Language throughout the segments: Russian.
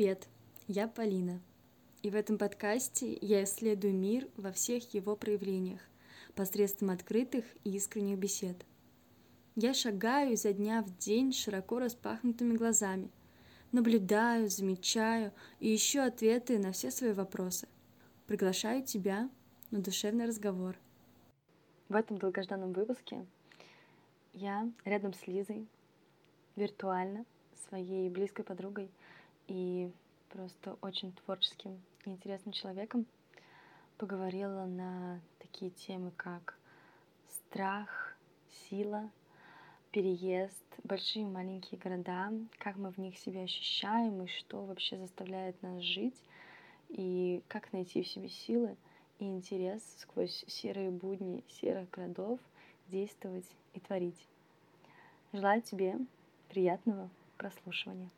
Привет, я Полина, и в этом подкасте я исследую мир во всех его проявлениях посредством открытых и искренних бесед. Я шагаю изо дня в день широко распахнутыми глазами, наблюдаю, замечаю и ищу ответы на все свои вопросы. Приглашаю тебя на душевный разговор. В этом долгожданном выпуске я рядом с Лизой, виртуально, своей близкой подругой и просто очень творческим и интересным человеком поговорила на такие темы, как страх, сила, переезд, большие и маленькие города, как мы в них себя ощущаем и что вообще заставляет нас жить, и как найти в себе силы и интерес сквозь серые будни серых городов действовать и творить. Желаю тебе приятного прослушивания.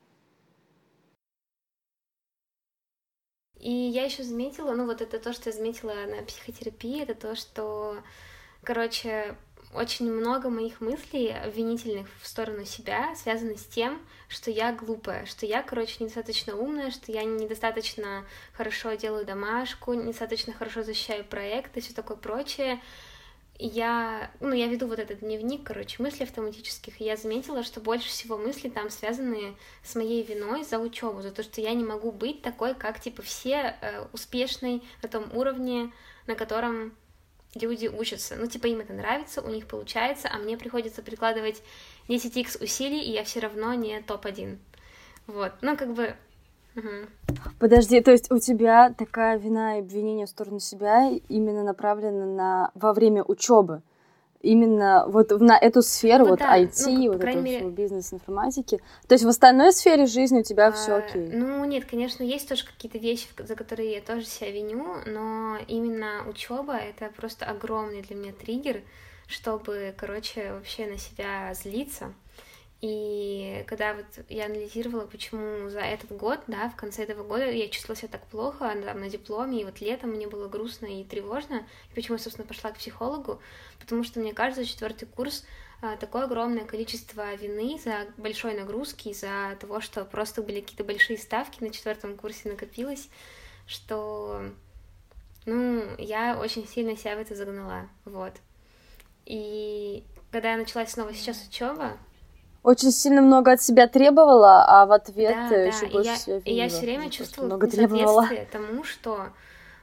И я еще заметила, это то, что я заметила на психотерапии, это то, что, очень много моих мыслей обвинительных в сторону себя связаны с тем, что я глупая, что я, недостаточно умная, что я недостаточно хорошо делаю домашку, недостаточно хорошо защищаю проекты, все такое прочее. Я веду вот этот дневник, мыслей автоматических, и я заметила, что больше всего мыслей там связаны с моей виной за учебу, за то, что я не могу быть такой, как, все успешной на том уровне, на котором люди учатся. Им это нравится, у них получается, а мне приходится прикладывать 10x усилий, и я все равно не топ-1. Вот, Угу. Подожди, то есть у тебя такая вина и обвинение в сторону себя именно направлена во время учебы, именно вот на эту сферу, да, IT, всего бизнес, информатики. То есть в остальной сфере жизни у тебя все окей? Нет, конечно, есть тоже какие-то вещи, за которые я тоже себя виню, но именно учеба это просто огромный для меня триггер, чтобы, вообще на себя злиться. И когда я анализировала, почему за этот год, в конце этого года я чувствовала себя так плохо на дипломе, и летом мне было грустно и тревожно, и почему я, собственно, пошла к психологу, потому что, мне кажется, 4-й курс такое огромное количество вины за большой нагрузки, из-за того, что просто были какие-то большие ставки на 4-м курсе накопилось, что, я очень сильно себя в это загнала, вот. И когда началась снова сейчас учеба, очень сильно много от себя требовала, а в ответ еще больше себя винила. И я все время чувствовала несоответствие тому, что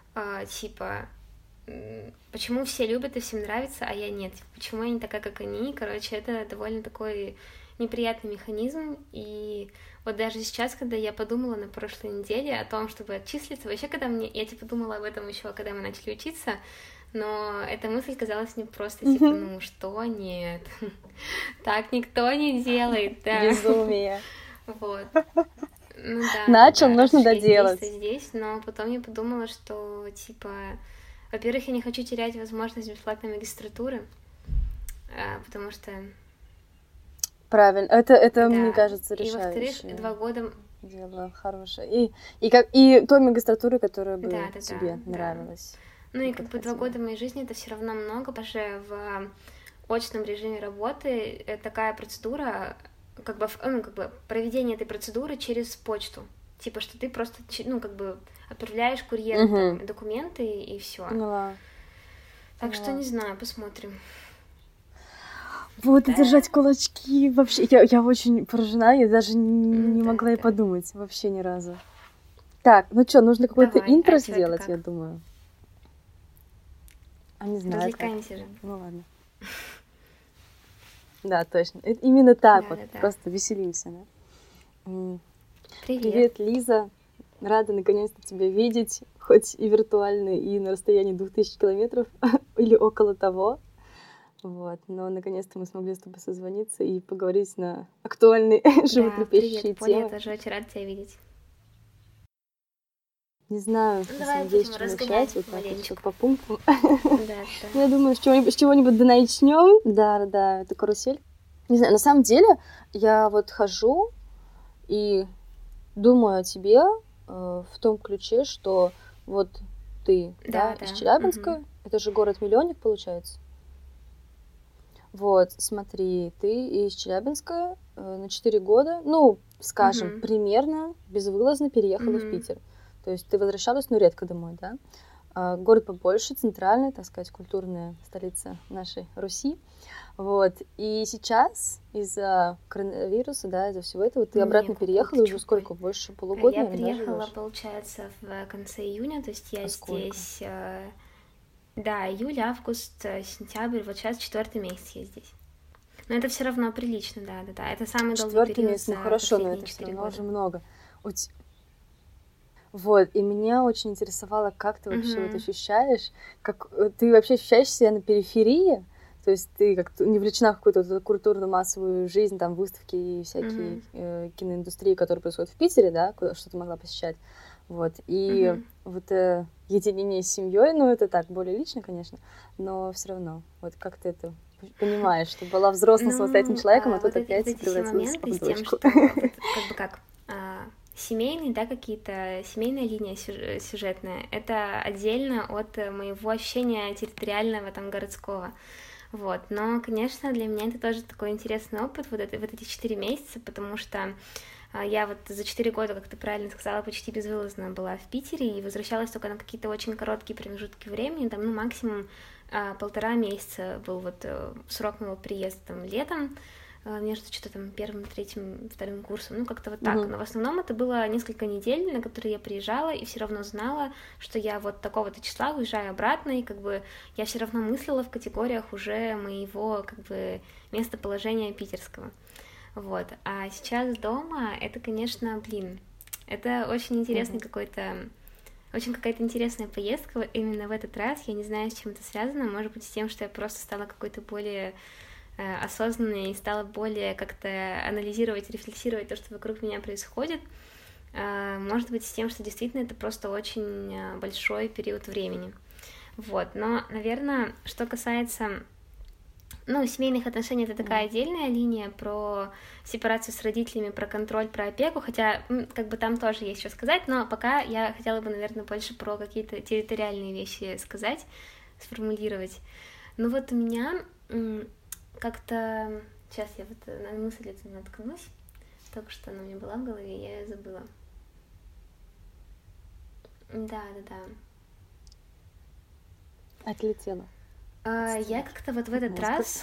почему все любят и всем нравится, а я нет. Почему я не такая, как они? Это довольно такой неприятный механизм. И вот даже сейчас, когда я подумала на прошлой неделе о том, чтобы отчислиться, вообще, я думала об этом еще, когда мы начали учиться, но эта мысль казалась мне просто, что нет, так никто не делает, да. Безумие. Вот. Начал, нужно доделать. Здесь, но потом я подумала, что, во-первых, я не хочу терять возможность бесплатной магистратуры, потому что... Правильно, это мне кажется, решающее. И, во-вторых, 2 года... Дело хорошее. И той магистратуры, которая бы тебе нравилась. И 2 года моей жизни это все равно много. Даже в очном режиме работы такая процедура, проведение этой процедуры через почту. Что ты просто, отправляешь курьером документы и все. Так что не знаю, посмотрим. Буду держать кулачки. Вообще, я очень поражена, я даже не могла и подумать вообще ни разу. Так, нужно какое-то интро сделать, я думаю. Не знаю. Развлекаемся же. Ладно. Да, точно. Именно так просто веселимся, да? Привет, Лиза. Рада наконец-то тебя видеть, хоть и виртуально, и на расстоянии 2000 километров или около того. Вот, но наконец-то мы смогли с тобой созвониться и поговорить на актуальные животрепещущие темы. Привет, Поля, я тоже очень рада тебя видеть. Не знаю, на самом деле, с чего начать, вот так вот по пунктам. Да. Я думаю, с чего-нибудь начнем. Да, это карусель. Не знаю, на самом деле, я хожу и думаю о тебе в том ключе, что ты, из Челябинска, это же город-миллионник, получается. Вот, смотри, ты из Челябинска на 4 года, скажем, примерно безвылазно переехала в Питер. То есть ты возвращалась, ну, редко домой, да? Город побольше, центральный, так сказать, культурная столица нашей Руси. Вот. И сейчас из-за коронавируса, да, из-за всего этого ты обратно переехала, уже сколько? Больше полугода, наверное, Я приехала, получается, в конце июня, то есть я здесь... Да, июль, август, сентябрь, вот сейчас 4-й месяц я здесь. Но это все равно прилично, да. Это самый долгий период месяц, ну хорошо, но это все равно уже много. Вот, и меня очень интересовало, как ты вообще вот ощущаешь, как ты вообще ощущаешь себя на периферии, то есть ты как-то не влечена в какую-то культурно-массовую жизнь, там, выставки и всякие киноиндустрии, которые происходят в Питере, да, что ты могла посещать, вот, и вот единение с семьей, ну, это так, более лично, конечно, но все равно, вот как ты это понимаешь, что была взрослым самостоятельным человеком, а тут вот опять превратилась в дочку. Семейные, да, какие-то, семейная линия сюжетная, это отдельно от моего ощущения территориального, там, городского. Вот, но, конечно, для меня это тоже такой интересный опыт, вот эти 4 месяца, потому что я вот за 4 года, как ты правильно сказала, почти безвылазно была в Питере и возвращалась только на какие-то очень короткие промежутки времени, там, ну, максимум 1,5 месяца был вот срок моего приезда, там, летом, между что-то там 1-м, 3-м, 2-м курсом, ну, как-то вот так. Но в основном это было несколько недель, на которые я приезжала и все равно знала, что я вот такого-то числа уезжаю обратно, и как бы я все равно мыслила в категориях уже моего как бы местоположения питерского. Вот. А сейчас дома это, конечно, это очень интересный очень какая-то интересная поездка именно в этот раз. Я не знаю, с чем это связано. Может быть, с тем, что я просто стала какой-то более осознанной и стала более как-то анализировать, рефлексировать то, что вокруг меня происходит. Может быть, с тем, что действительно это просто очень большой период времени. Вот. Но, наверное, что касается... Ну, семейных отношений — это такая отдельная линия про сепарацию с родителями, про контроль, про опеку, хотя как бы там тоже есть что сказать, но пока я хотела бы, наверное, больше про какие-то территориальные вещи сказать, сформулировать. Ну вот у меня как-то... Сейчас я вот на мысль эту наткнусь, только что она у меня была в голове, я ее забыла. Да. Отлетела. Я как-то вот в этот раз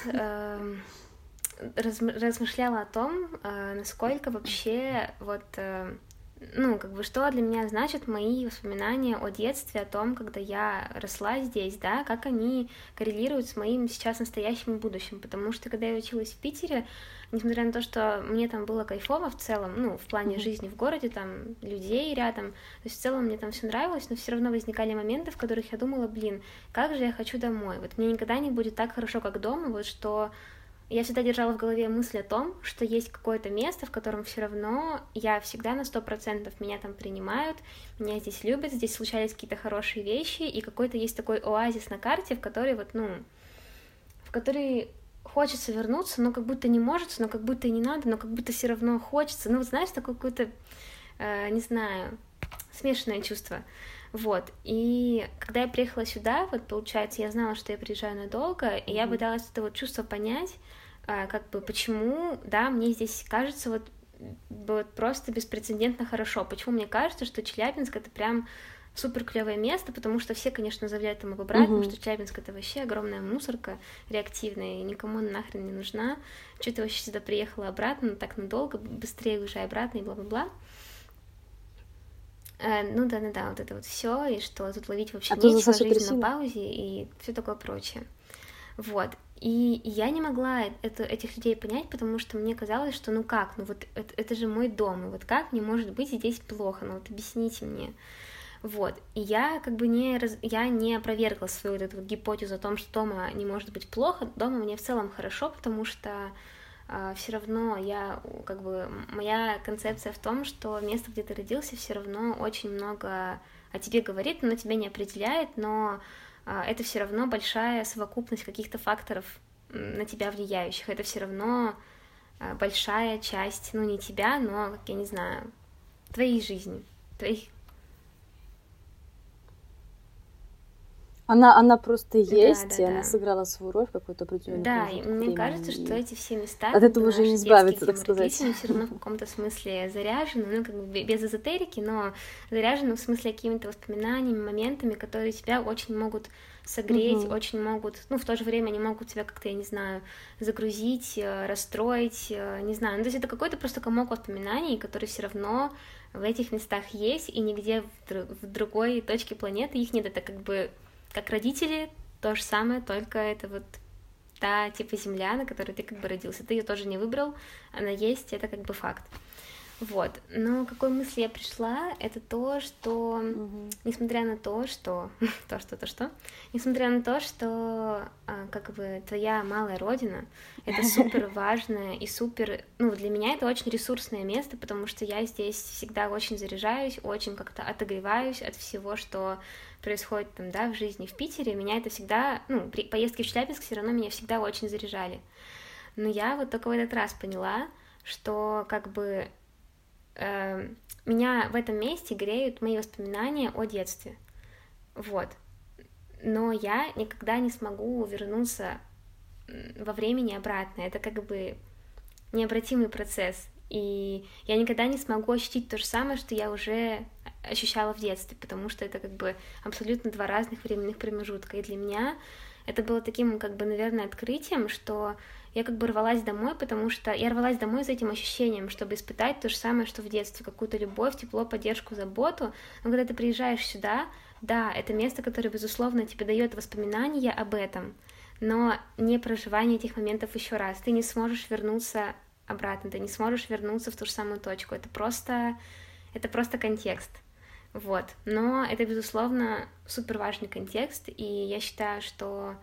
размышляла о том, насколько вообще вот, ну, как бы, что для меня значат мои воспоминания о детстве, о том, когда я росла здесь, да, как они коррелируют с моим сейчас настоящим и будущим, потому что, когда я училась в Питере, несмотря на то, что мне там было кайфово в целом, ну, в плане жизни в городе, там, людей рядом, то есть в целом мне там все нравилось, но все равно возникали моменты, в которых я думала, как же я хочу домой, вот мне никогда не будет так хорошо, как дома, вот что... Я всегда держала в голове мысль о том, что есть какое-то место, в котором все равно я всегда на 100% меня там принимают, меня здесь любят, здесь случались какие-то хорошие вещи, и какой-то есть такой оазис на карте, в который вот, ну, в который хочется вернуться, но как будто не может, но как будто и не надо, но как будто все равно хочется. Ну, вот знаешь, такое какое-то, не знаю, смешанное чувство. Вот, и когда я приехала сюда, вот, получается, я знала, что я приезжаю надолго, и я пыталась это вот чувство понять, как бы, почему, да, мне здесь кажется вот просто беспрецедентно хорошо, почему мне кажется, что Челябинск — это прям супер клевое место, потому что все, конечно, заявляют там обратно, потому что Челябинск — это вообще огромная мусорка реактивная, и никому она нахрен не нужна, что ты вообще сюда приехала обратно так надолго, быстрее уезжай обратно и бла-бла-бла. Ну да, вот это вот все, и что тут ловить вообще нечего, жизнь на паузе и все такое прочее. Вот. И я не могла этих людей понять, потому что мне казалось, что ну вот это же мой дом, и вот как мне может быть здесь плохо, ну вот объясните мне. Вот. И я как бы я не опровергла свою вот эту вот гипотезу о том, что дома не может быть плохо, дома мне в целом хорошо, потому что все равно моя концепция в том, что место, где ты родился, все равно очень много о тебе говорит, оно тебя не определяет, но это все равно большая совокупность каких-то факторов на тебя влияющих. Это все равно большая часть, ну не тебя, но, как я не знаю, твоей жизни, твоих. Она просто Да, есть, да, и она да. сыграла свою роль в какой-то определенный Да, и промежуток мне кажется, времени. что эти все места, От как бы этого уже не наши детские, избавиться, где так мы сказать. родились, они все равно в каком-то смысле заряжены, ну, как бы без эзотерики, но заряжены в смысле какими-то воспоминаниями, моментами, которые тебя очень могут согреть, очень могут, ну, в то же время они могут тебя как-то, я не знаю, загрузить, расстроить, не знаю. Ну, то есть это какой-то просто комок воспоминаний, который все равно в этих местах есть, и нигде в другой точке планеты их нет. Это как бы как родители, то же самое, только это вот та типа земля, на которой ты как бы родился. Ты ее тоже не выбрал, она есть, это как бы факт. Вот. Но к какой мысли я пришла, это то, что несмотря на то, что несмотря на то, что как бы твоя малая родина, это супер важное и супер, ну, для меня это очень ресурсное место, потому что я здесь всегда очень заряжаюсь, очень как-то отогреваюсь от всего, что происходит там, да, в жизни в Питере. Меня это всегда, ну, поездки в Челябинск все равно меня всегда очень заряжали. Но я вот только в этот раз поняла, что как бы меня в этом месте греют мои воспоминания о детстве. Вот. Но я никогда не смогу вернуться во времени обратно. Это как бы необратимый процесс. И я никогда не смогу ощутить то же самое, что я уже ощущала в детстве, потому что это как бы абсолютно два разных временных промежутка. И для меня это было таким, как бы, наверное, открытием, что я как бы рвалась домой, потому что я рвалась домой за этим ощущением, чтобы испытать то же самое, что в детстве, какую-то любовь, тепло, поддержку, заботу. Но когда ты приезжаешь сюда, да, это место, которое, безусловно, тебе дает воспоминания об этом, но не проживание этих моментов еще раз. Ты не сможешь вернуться обратно, ты не сможешь вернуться в ту же самую точку. Это просто контекст. Вот. Но это, безусловно, супер важный контекст, и я считаю, что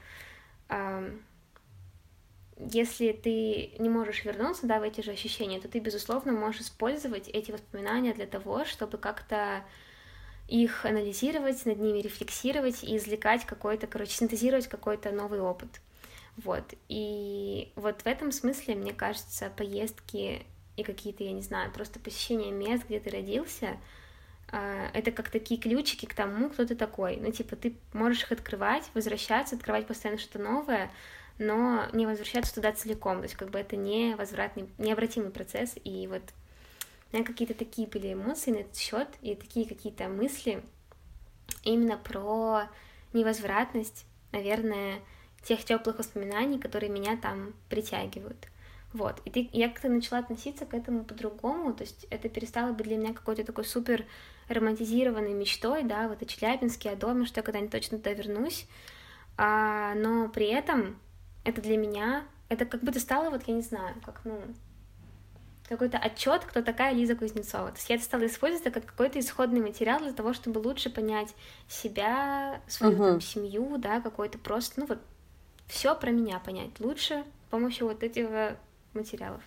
если ты не можешь вернуться, да, в эти же ощущения, то ты, безусловно, можешь использовать эти воспоминания для того, чтобы как-то их анализировать, над ними рефлексировать и извлекать какой-то, короче, синтезировать какой-то новый опыт. Вот. И вот в этом смысле, мне кажется, поездки и какие-то, я не знаю, просто посещение мест, где ты родился, это как такие ключики к тому, кто ты такой. Ну, типа, ты можешь их открывать, возвращаться, открывать постоянно что-то новое, но не возвращаться туда целиком. То есть, как бы это необратимый процесс. И вот у меня какие-то такие были эмоции на этот счет и такие какие-то мысли именно про невозвратность, наверное, тех теплых воспоминаний, которые меня там притягивают. Вот. И я как-то начала относиться к этому по-другому, то есть это перестало быть для меня какой-то такой супер романтизированной мечтой, да, вот о Челябинске, о доме, что я когда-нибудь точно туда вернусь, но при этом это для меня, это как будто стало, вот я не знаю, как, ну, какой-то отчет, кто такая Лиза Кузнецова. То есть я это стала использовать как какой-то исходный материал для того, чтобы лучше понять себя, свою там семью, да, какой-то просто, ну вот, все про меня понять лучше с помощью вот этих материалов.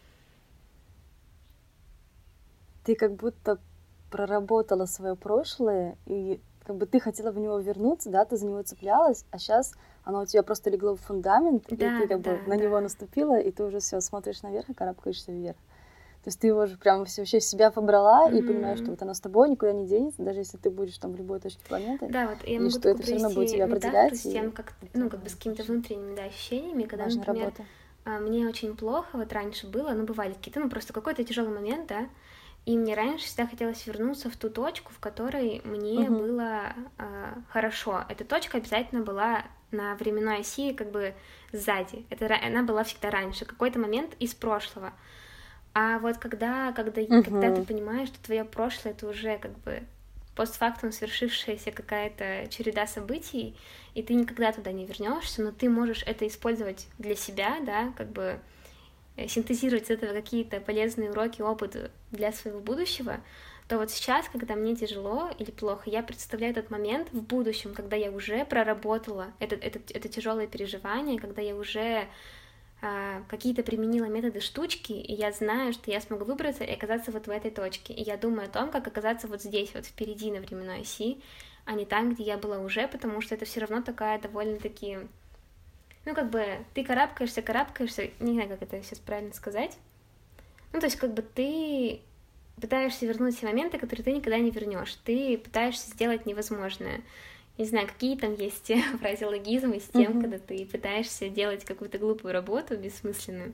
Ты как будто проработала свое прошлое, и как бы ты хотела в него вернуться, да, ты за него цеплялась, а сейчас оно у тебя просто легло в фундамент, да, и ты как бы на него наступила, и ты уже все смотришь наверх и карабкаешься вверх. То есть ты его же прям вообще себя побрала и понимаешь, что вот оно с тобой никуда не денется, даже если ты будешь там в любой точке планеты. Да, вот я и могу что это все равно будет тебя определять. С тем, как, ну, как бы с какими-то внутренними, да, ощущениями, когда, важная например, работа. Мне очень плохо, вот раньше было, ну, бывали какие-то, ну, просто какой-то тяжелый момент, да, и мне раньше всегда хотелось вернуться в ту точку, в которой мне было хорошо. Эта точка обязательно была на временной оси, как бы сзади. Она была всегда раньше, какой-то момент из прошлого. А вот когда ты понимаешь, что твое прошлое это уже как бы постфактум свершившаяся какая-то череда событий, и ты никогда туда не вернешься, но ты можешь это использовать для себя, да, как бы синтезировать с этого какие-то полезные уроки, опыт для своего будущего, то вот сейчас, когда мне тяжело или плохо, я представляю этот момент в будущем, когда я уже проработала это тяжелое переживание, когда я уже какие-то применила методы штучки, и я знаю, что я смогу выбраться и оказаться вот в этой точке. И я думаю о том, как оказаться вот здесь, вот впереди на временной оси, а не там, где я была уже, потому что это все равно такая довольно-таки... Ну, как бы, ты карабкаешься, не знаю, как это сейчас правильно сказать. Ну, то есть, как бы ты пытаешься вернуть те моменты, которые ты никогда не вернешь. Ты пытаешься сделать невозможное. Не знаю, какие там есть фразеологизмы с тем, когда ты пытаешься делать какую-то глупую работу, бессмысленную.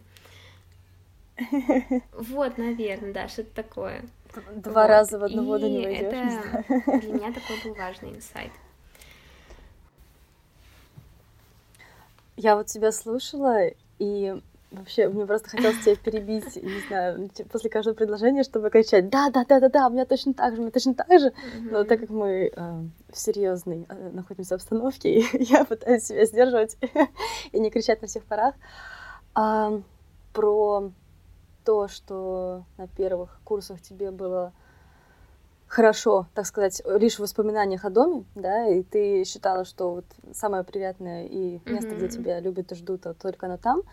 Вот, наверное, да, что-то такое. Два раза в одну воду не войдёшь. Это для меня такой был важный инсайт. Я вот тебя слушала, и вообще мне просто хотелось тебя перебить, не знаю, после каждого предложения, чтобы кричать: да, у меня точно так же, Но так как мы в серьезной находимся обстановке, я пытаюсь себя сдерживать и не кричать на всех парах. Про то, что на первых курсах тебе было хорошо, так сказать, лишь в воспоминаниях о доме, да, и ты считала, что вот самое приятное и место, где тебя любят и ждут, только оно там.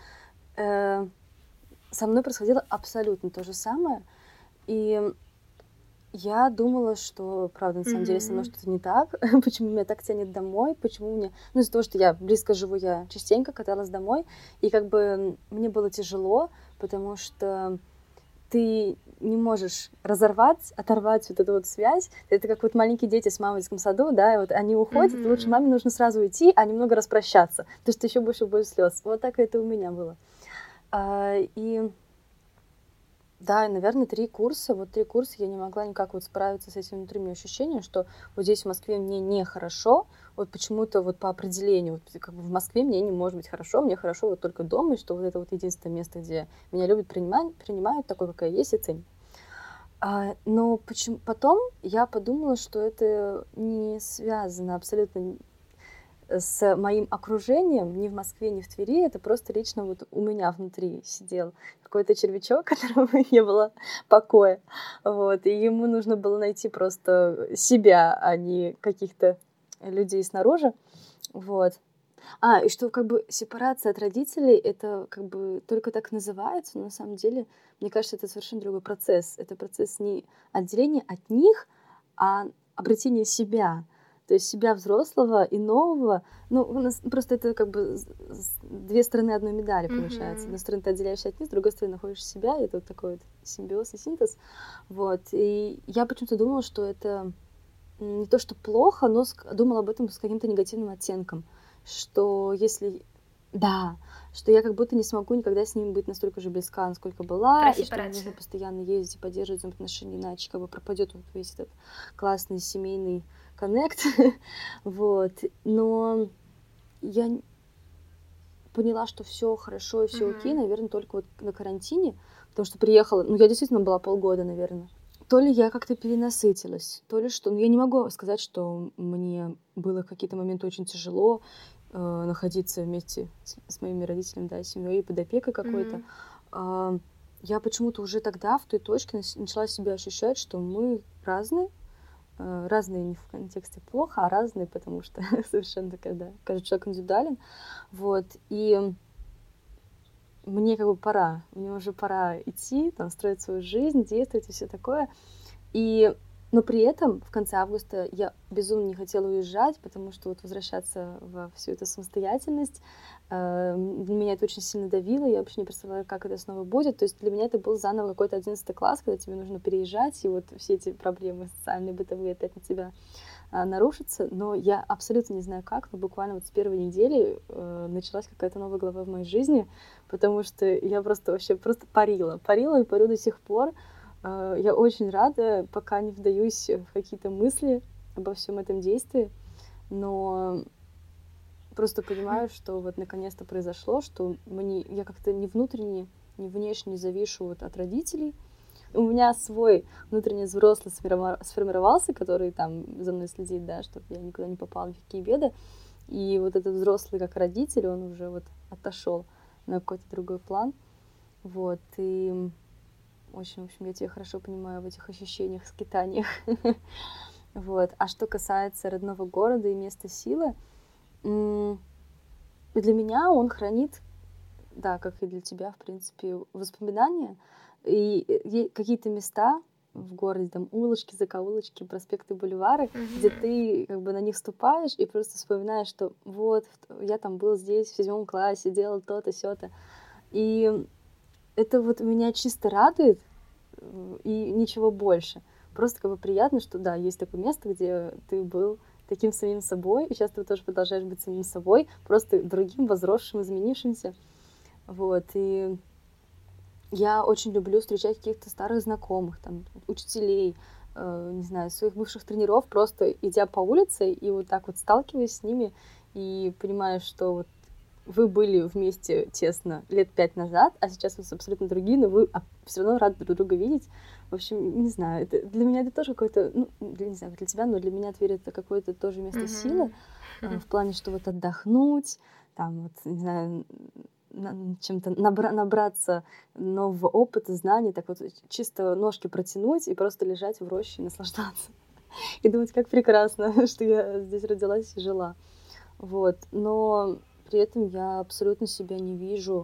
Со мной происходило абсолютно то же самое, и я думала, что, правда, на самом деле со мной что-то не так, почему меня так тянет домой, почему мне... Ну, из-за того, что я близко живу, я частенько каталась домой, и как бы мне было тяжело, потому что ты не можешь оторвать вот эту вот связь. Это как вот маленькие дети с мамой в детском саду, да, и вот они уходят, и лучше маме нужно сразу уйти, а немного распрощаться, потому что еще больше будет слез. Вот так это у меня было. И да, наверное, 3 курса я не могла никак вот справиться с этим внутренним ощущением, что вот здесь в Москве мне нехорошо, вот почему-то вот по определению, вот как бы в Москве мне не может быть хорошо, мне хорошо вот только дома, и что вот это вот единственное место, где меня любят, принимают такой, какая я есть, и ценят. Но потом я подумала, что это не связано абсолютно с моим окружением, ни в Москве, ни в Твери, это просто лично вот у меня внутри сидел какой-то червячок, которому не было покоя, вот, и ему нужно было найти просто себя, а не каких-то людей снаружи, вот. И что как бы сепарация от родителей, это как бы только так называется, но на самом деле, мне кажется, это совершенно другой процесс. Это процесс не отделения от них, а обретения себя. То есть себя взрослого и нового. Ну, у нас просто это как бы 2 стороны одной медали получается. С одной стороны, ты отделяешься от них, с другой стороны, находишь себя, и это вот такой вот симбиоз и синтез. Вот. И я почему-то думала, что это не то, что плохо, но думала об этом с каким-то негативным оттенком. Что если... Да, что я как будто не смогу никогда с ними быть настолько же близка, насколько была, и что мне нужно постоянно ездить и поддерживать взаимоотношения, иначе как бы пропадет вот весь этот классный семейный коннект. Вот. Но я поняла, что все хорошо и все окей, наверное, только вот на карантине, потому что приехала, я действительно была полгода, наверное. То ли я как-то перенасытилась, то ли что. Я не могу сказать, что мне было в какие-то моменты очень тяжело находиться вместе с моими родителями, да, семьей под опекой какой-то. Я почему-то уже тогда в той точке начала себя ощущать, что мы разные. Разные не в контексте плохо, а разные, потому что совершенно когда каждый человек индивидуален. Вот. И мне как бы пора. Мне уже пора идти, там, строить свою жизнь, действовать и все такое. Но при этом в конце августа я безумно не хотела уезжать, потому что вот возвращаться во всю эту самостоятельность, меня это очень сильно давило, я вообще не представляла, как это снова будет. То есть для меня это был заново какой-то 11 класс, когда тебе нужно переезжать, и вот все эти проблемы социальные, бытовые опять на тебя нарушатся. Но я абсолютно не знаю как, но буквально вот с первой недели началась какая-то новая глава в моей жизни, потому что я просто парила и парю до сих пор. Я очень рада, пока не вдаюсь в какие-то мысли обо всем этом действии, но просто понимаю, что вот наконец-то произошло, что я как-то ни внутренне, ни внешне завишу вот от родителей. У меня свой внутренний взрослый сформировался, который там за мной следит, да, чтобы я никуда не попала ни в какие беды. И вот этот взрослый как родитель, он уже вот отошел на какой-то другой план. Вот, и очень, в общем, я тебя хорошо понимаю в этих ощущениях, скитаниях. Вот. А что касается родного города и места силы, для меня он хранит, да, как и для тебя, в принципе, воспоминания и какие-то места в городе, там улочки, закоулочки, проспекты, бульвары, где ты как бы на них ступаешь и просто вспоминаешь, что вот, я там был здесь в 7 классе, делал то-то, сё-то. И это вот меня чисто радует, и ничего больше. Просто как бы приятно, что да, есть такое место, где ты был, таким самим собой, и сейчас ты тоже продолжаешь быть самим собой, просто другим, возросшим, изменившимся. Вот, и я очень люблю встречать каких-то старых знакомых, там, учителей, не знаю, своих бывших тренеров, просто идя по улице и вот так вот сталкиваясь с ними и понимая, что вот вы были вместе тесно лет 5 назад, а сейчас вы абсолютно другие, но вы все равно рады друг друга видеть. В общем, не знаю, для меня это тоже какое-то, ну, не знаю, для тебя, но для меня Тверь — это какое-то тоже место силы, в плане, что вот отдохнуть, там, вот, не знаю, чем-то набраться нового опыта, знаний, так вот чисто ножки протянуть и просто лежать в роще и наслаждаться. И думать, как прекрасно, что я здесь родилась и жила. Вот. Но при этом я абсолютно себя не вижу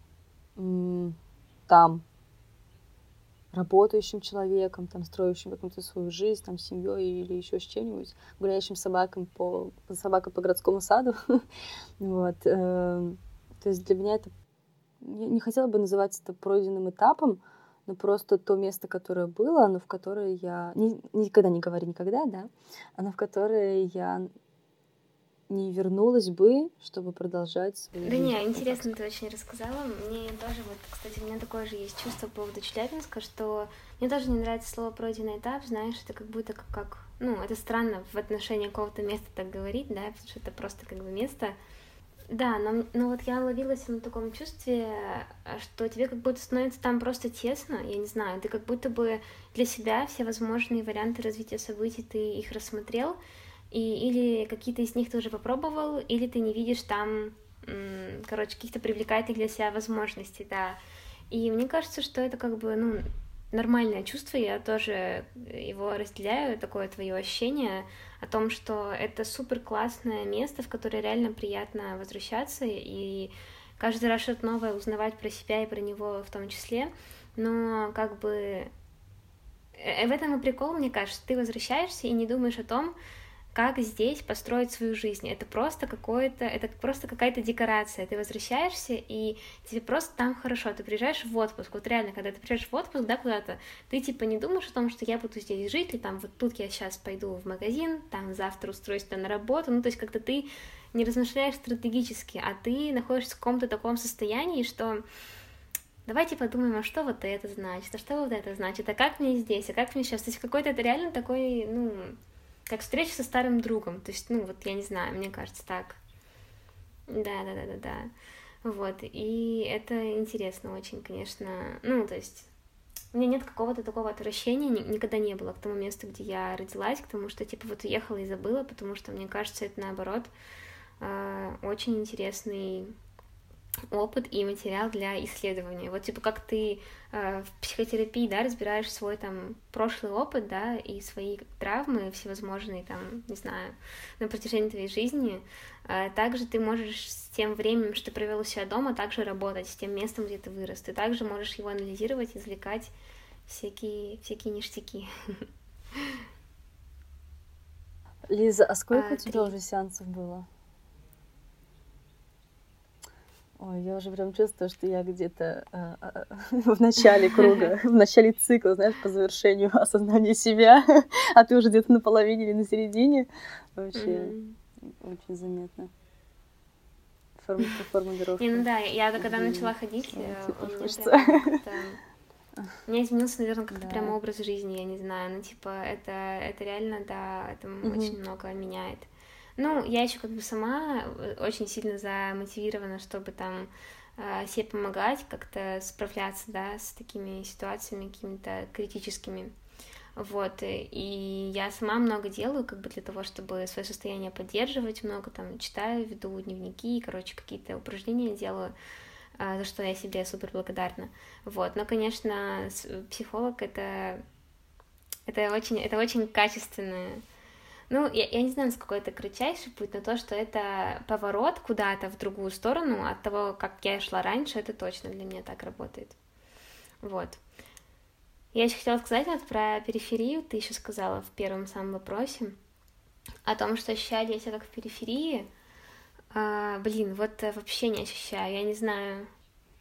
там работающим человеком, там, строящим какую-то свою жизнь, там, семьей или еще с чем-нибудь, гуляющим собакой по городскому саду. Вот. То есть для меня это... Я не хотела бы называть это пройденным этапом, но просто то место, которое было, оно в которое я... Никогда не говори никогда, да? Оно в которое я не вернулась бы, чтобы продолжать свою жизнь. Да не, интересно ты очень рассказала. Мне тоже вот, кстати, у меня такое же есть чувство по поводу Челябинска, что мне тоже не нравится слово «пройденный этап», знаешь, это как будто как... Ну, это странно в отношении какого-то места так говорить, да, потому что это просто как бы место. Да, но вот я ловилась на таком чувстве, что тебе как будто становится там просто тесно, я не знаю, ты как будто бы для себя все возможные варианты развития событий, ты их рассмотрел, или какие-то из них ты уже попробовал, или ты не видишь там, короче, каких-то привлекательных для себя возможностей, да. И мне кажется, что это как бы, ну, нормальное чувство, я тоже его разделяю, такое твое ощущение о том, что это супер классное место, в которое реально приятно возвращаться и каждый раз что-то новое узнавать про себя и про него в том числе, но как бы в этом и прикол, мне кажется, ты возвращаешься и не думаешь о том, как здесь построить свою жизнь. Это просто какая-то декорация. Ты возвращаешься, и тебе просто там хорошо. Ты приезжаешь в отпуск. Вот реально, когда ты приезжаешь в отпуск, да, куда-то, ты типа не думаешь о том, что я буду здесь жить, или там вот тут я сейчас пойду в магазин, там завтра устроюсь туда на работу. Ну, то есть как-то ты не размышляешь стратегически, а ты находишься в каком-то таком состоянии, что давайте подумаем, а что вот это значит, а что вот это значит, а как мне здесь, а как мне сейчас. То есть какой-то это реально такой, ну, как встреча со старым другом, то есть, ну, вот я не знаю, мне кажется так. Да. Вот, и это интересно очень, конечно. Ну, то есть, у меня нет какого-то такого отвращения, никогда не было к тому месту, где я родилась, к тому, что, типа, вот уехала и забыла, потому что, мне кажется, это, наоборот, очень интересный опыт и материал для исследования. Вот, типа, как ты в психотерапии, да, разбираешь свой, там, прошлый опыт, да, и свои травмы всевозможные, там, не знаю, на протяжении твоей жизни, также ты можешь с тем временем, что ты провел у себя дома, также работать с тем местом, где ты вырос. Ты также можешь его анализировать, извлекать всякие ништяки. Лиза, а сколько у тебя уже сеансов было? Ой, я уже прям чувствую, что я где-то в начале круга, в начале цикла, знаешь, по завершению осознания себя, а ты уже где-то на половине или на середине. Вообще очень заметно. Формулировка. Не, ну да, я когда начала ходить, у меня изменился, наверное, как-то прям образ жизни, я не знаю, ну типа это реально, да, это очень много меняет. Ну, я еще как бы сама очень сильно замотивирована, чтобы там себе помогать, как-то справляться, да, с такими ситуациями какими-то критическими. Вот, и я сама много делаю, как бы для того, чтобы свое состояние поддерживать, много там читаю, веду дневники, короче, какие-то упражнения делаю, за что я себе супер благодарна. Вот, но, конечно, психолог это очень качественное. Ну, я не знаю, насколько это кратчайший путь, но то, что это поворот куда-то в другую сторону от того, как я шла раньше, это точно для меня так работает. Вот. Я еще хотела сказать вот про периферию, ты еще сказала в первом самом вопросе, о том, что ощущали я себя как в периферии. Вот вообще не ощущаю, я не знаю.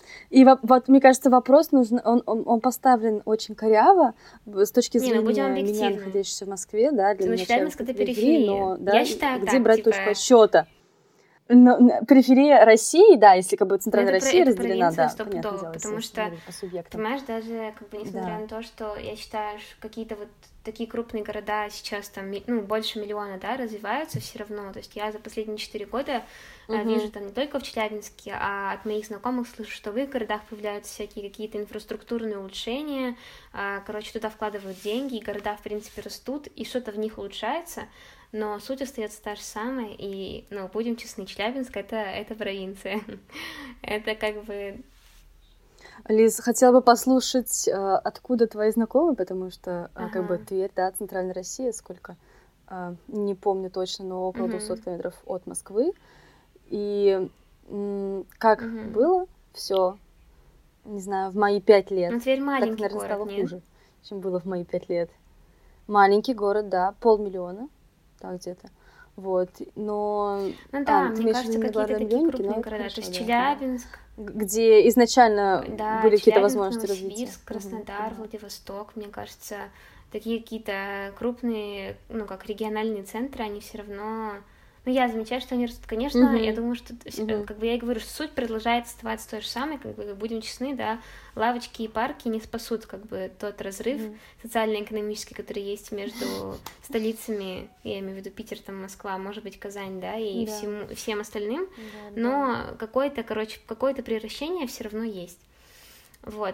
И вот, мне кажется, вопрос нужен, он поставлен очень коряво с точки Не, ну будем зрения меня, объективны. находящейся в Москве, да, для Ну, меня Челябинск — Челябинск — это это периферия, периферия. но, Я да, считаю где так, брать типа, точку отсчета? Но, периферия России, да, если как бы ну центральная Россия это разделена, провинция да, понятное стопудово, дело, потому если что, говорить по субъектам. понимаешь, даже как бы несмотря Да. на то, что я считаю, что какие-то вот такие крупные города сейчас там, ну, больше миллиона, да, развиваются все равно. То есть я за последние 4 года вижу там не только в Челябинске, а от моих знакомых слышу, что в их городах появляются всякие какие-то инфраструктурные улучшения, короче, туда вкладывают деньги, и города, в принципе, растут, и что-то в них улучшается, но суть остается та же самая, и, ну, будем честны, Челябинск — это провинция. Это как бы... Лиз, хотела бы послушать, откуда твои знакомые, потому что, как бы, Ага. Тверь, да, центральная Россия, сколько, не помню точно, но около 200 километров от Москвы. И как было все, не знаю, в мои 5 лет, Ну, Тверь так, маленький наверное, город, стало нет? хуже, чем было в мои 5 лет. Маленький город, да, 500 000, так где-то. Вот, но... Ну да, ты мне имеешь в кажется, виду не какие-то такие города-миллионники, крупные но это города. хорошо, То есть да, да. Челябинск, Где изначально да, были какие-то Челябинск, возможности развития. Новосибирск, Краснодар, Владивосток, мне кажется, такие какие-то крупные, ну, как региональные центры, они все равно... Ну, я замечаю, что они растут, конечно, я думаю, что, как бы я и говорю, что суть продолжает оставаться той же самой, как бы, будем честны, да, лавочки и парки не спасут, как бы, тот разрыв социально-экономический, который есть между столицами, я имею в виду Питер, там, Москва, может быть, Казань, да, и всем остальным, но какое-то превращение все равно есть, вот,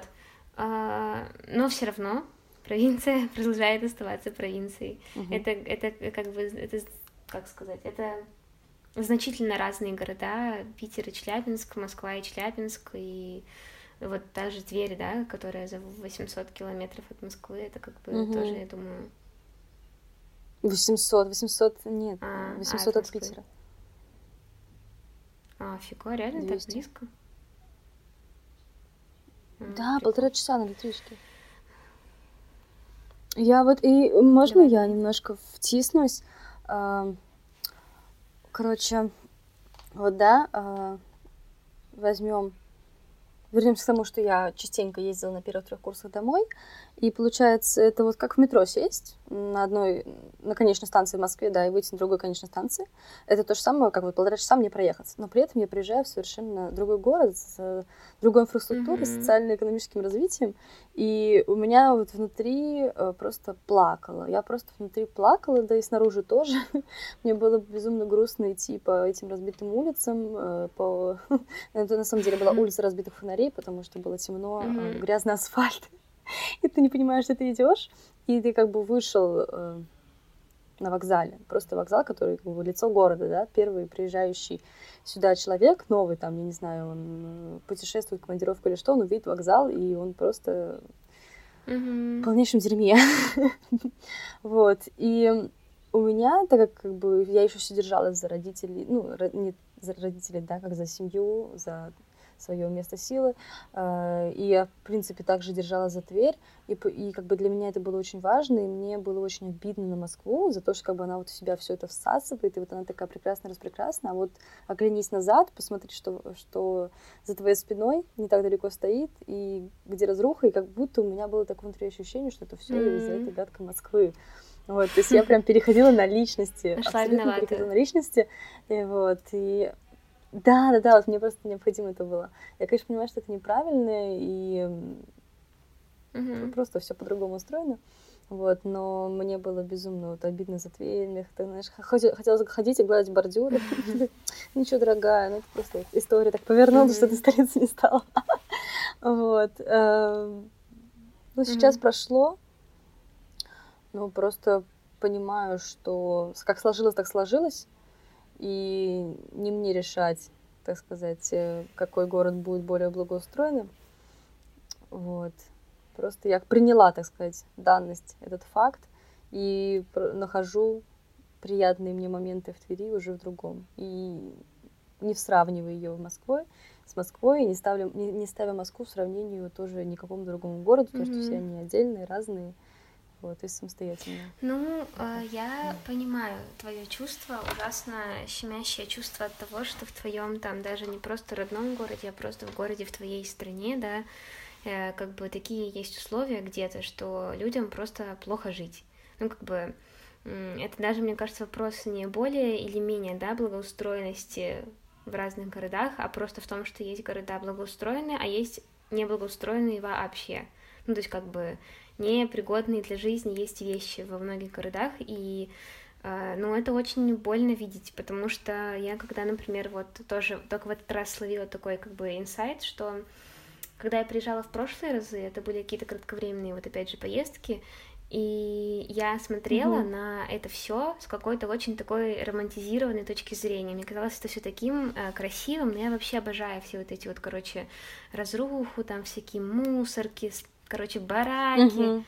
но все равно провинция продолжает оставаться провинцией, это как бы, это, как сказать, это значительно разные города, Питер и Челябинск, Москва и Челябинск, и вот та же Тверь, да, которая за 800 километров от Москвы, это как бы тоже, я думаю... 800 нет, 800 от Питера. Фига, реально 200. Так близко? Да, 1,5 часа на электричке. Я вот, и можно я немножко втиснусь? Короче, вот да, вернемся к тому, что я частенько ездила на первых 3 курсах домой, и получается, это вот как в метро сесть на конечной станции в Москве, да, и выйти на другой конечной станции. Это то же самое, как вот 1,5 часа мне проехать. Но при этом я приезжаю в совершенно другой город с другой инфраструктурой, социально-экономическим развитием, и у меня вот внутри просто плакала. Я просто внутри плакала, да и снаружи тоже. Мне было безумно грустно идти по этим разбитым улицам, это на самом деле была улица разбитых фонарей, потому что было темно, грязный асфальт. И ты не понимаешь, что ты идешь, и ты как бы вышел на вокзале. Просто вокзал, который как бы лицо города, да, первый приезжающий сюда человек, новый там, я не знаю, он путешествует, командировку или что, он увидит вокзал, и он просто в полнейшем дерьме. Вот, и у меня, так как бы я еще все держалась за родителей, ну, не за родителей, да, как за семью, за свое место силы, и я, в принципе, также держала за Тверь, и как бы для меня это было очень важно, и мне было очень обидно на Москву за то, что как бы она вот в себя все это всасывает, и вот она такая прекрасная, распрекрасная, а вот оглянись назад, посмотри, что за твоей спиной не так далеко стоит, и где разруха, и как будто у меня было такое внутри ощущение, что это все из-за этой гадкой Москвы. Вот, то есть я прям переходила на личности, абсолютно переходила на личности, и вот, и да, вот мне просто необходимо это было. Я, конечно, понимаю, что это неправильно, и просто все по-другому устроено, вот, но мне было безумно вот обидно за Тверь, мне, ты знаешь, хотела заходить и гладить бордюры, ничего, дорогая, ну это просто история так повернулась, что ты столицей не стала, вот, ну сейчас прошло, ну просто понимаю, что как сложилось, так сложилось, и не мне решать, так сказать, какой город будет более благоустроенным. Вот. Просто я приняла, так сказать, данность, этот факт, и нахожу приятные мне моменты в Твери уже в другом. И не сравниваю ее с Москвой, и не ставя Москву в сравнению тоже ни к какому другому городу, потому что все они отдельные, разные. вот, и самостоятельно. Ну, я понимаю твое чувство, ужасно щемящее чувство от того, что в твоем там даже не просто родном городе, а просто в городе в твоей стране, да, как бы такие есть условия где-то, что людям просто плохо жить. Ну, как бы это даже, мне кажется, вопрос не более или менее, да, благоустроенности в разных городах, а просто в том, что есть города благоустроенные, а есть неблагоустроенные вообще. Ну, то есть как бы непригодные для жизни есть вещи во многих городах, и ну, это очень больно видеть, потому что я когда, например, вот тоже только в этот раз словила такой как бы инсайт, что когда я приезжала в прошлые разы, это были какие-то кратковременные вот опять же поездки, и я смотрела на это все с какой-то очень такой романтизированной точки зрения. Мне казалось это все таким красивым, но я вообще обожаю все вот эти вот, короче, разруху, там всякие мусорки, короче, бараки.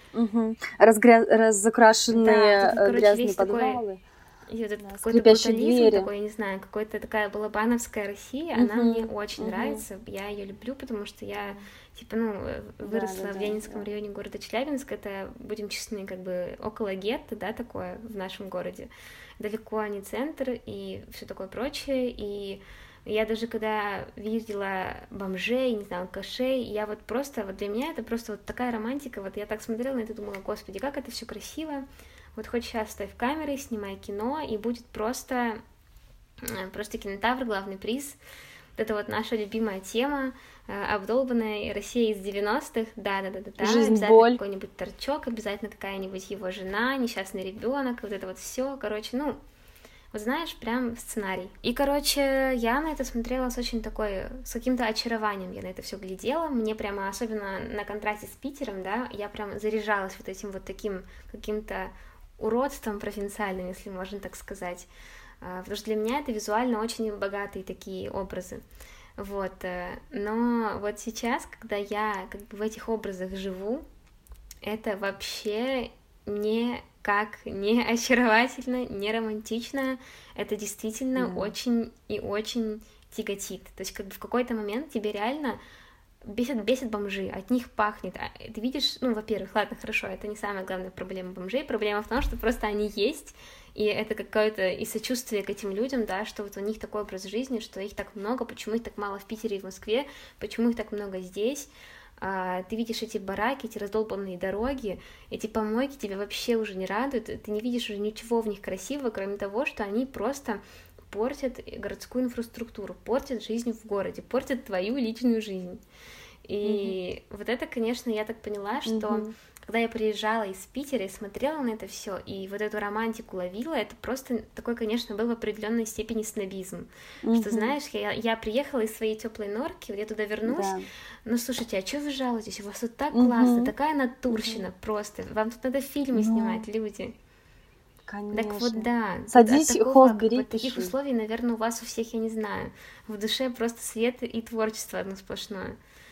Разукрашенные да, грязные подвалы. И вот да, какой-то брутализм такой, я не знаю, какой-то такая балабановская Россия, она мне очень нравится, я ее люблю, потому что я, типа, ну, выросла в Ленинском районе города Челябинск, это, будем честны, как бы около гетто, да, такое в нашем городе, далеко не центр и все такое прочее, и я даже когда видела бомжей, не знаю, алкашей, я вот просто, вот для меня это просто вот такая романтика, вот я так смотрела на это и думала, господи, как это все красиво. Вот хоть сейчас ставь камеры, снимай кино, и будет просто кинотавр, главный приз. Вот это вот наша любимая тема, обдолбанная Россия из 90-х. Да. Жизнь, обязательно боль. Какой-нибудь торчок, обязательно какая-нибудь его жена, несчастный ребенок, вот это вот все, короче, ну, вот знаешь, прям сценарий. И, короче, я на это смотрела с очень такой, с каким-то очарованием я на это все глядела. Мне прямо, особенно на контрасте с Питером, да, я прям заряжалась вот этим вот таким каким-то уродством провинциальным, если можно так сказать, потому что для меня это визуально очень богатые такие образы, вот, но вот сейчас, когда я как бы в этих образах живу, это вообще никак не очаровательно, не романтично, это действительно очень и очень тяготит, то есть как бы в какой-то момент тебе реально бесят бомжи, от них пахнет. Ты видишь, ну, во-первых, ладно, хорошо, это не самая главная проблема бомжей, проблема в том, что просто они есть, и это какое-то и сочувствие к этим людям, да, что вот у них такой образ жизни, что их так много, почему их так мало в Питере и в Москве, почему их так много здесь. Ты видишь эти бараки, эти раздолбанные дороги, эти помойки тебя вообще уже не радуют, ты не видишь уже ничего в них красивого, кроме того, что они просто портят городскую инфраструктуру, портят жизнь в городе, портят твою личную жизнь. И вот это, конечно, я так поняла, что когда я приезжала из Питера и смотрела на это все, и вот эту романтику ловила, это просто такой, конечно, был в определенной степени снобизм. Что, знаешь, я приехала из своей теплой норки, вот я туда вернусь, ну, слушайте, а что вы жалуетесь? У вас тут так классно, такая натурщина просто, вам тут надо фильмы снимать, люди. Конечно. Так вот, да. Садись, холст бери, вот таких условий, наверное, у вас у всех, я не знаю, в душе просто свет и творчество одно сплошное.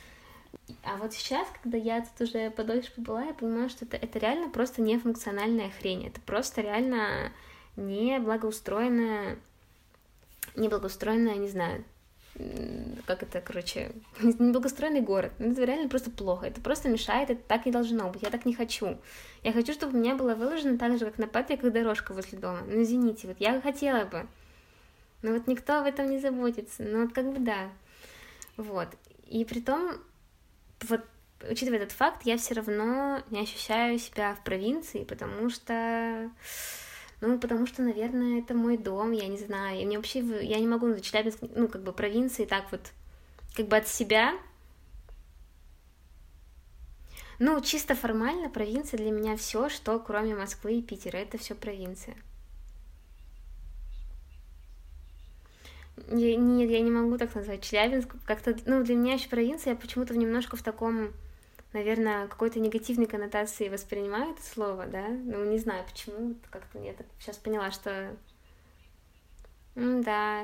А вот сейчас, когда я тут уже подольше побыла, я понимаю, что это реально просто нефункциональная хрень. Это просто реально неблагоустроенная, не знаю, как это, короче, неблагоустроенный город. Это реально просто плохо. Это просто мешает, это так не должно быть. Я так не хочу. Я хочу, чтобы у меня было выложено так же, как на Патриках дорожка возле дома. Ну, извините, вот я хотела бы. Но вот никто об этом не заботится. Ну, вот как бы да. Вот. И при том, вот, учитывая этот факт, я все равно не ощущаю себя в провинции, потому что, наверное, это мой дом, я не знаю, и мне вообще, я не могу назвать Челябинск, ну, как бы провинции так вот, как бы от себя. Ну, чисто формально провинция для меня все, что кроме Москвы и Питера, это все провинция. Нет, я не могу так назвать Челябинск. Как-то, ну, для меня еще провинция, я почему-то немножко в таком, наверное, какой-то негативной коннотации воспринимаю это слово, да? Ну, не знаю, почему, как-то я так сейчас поняла, что... да,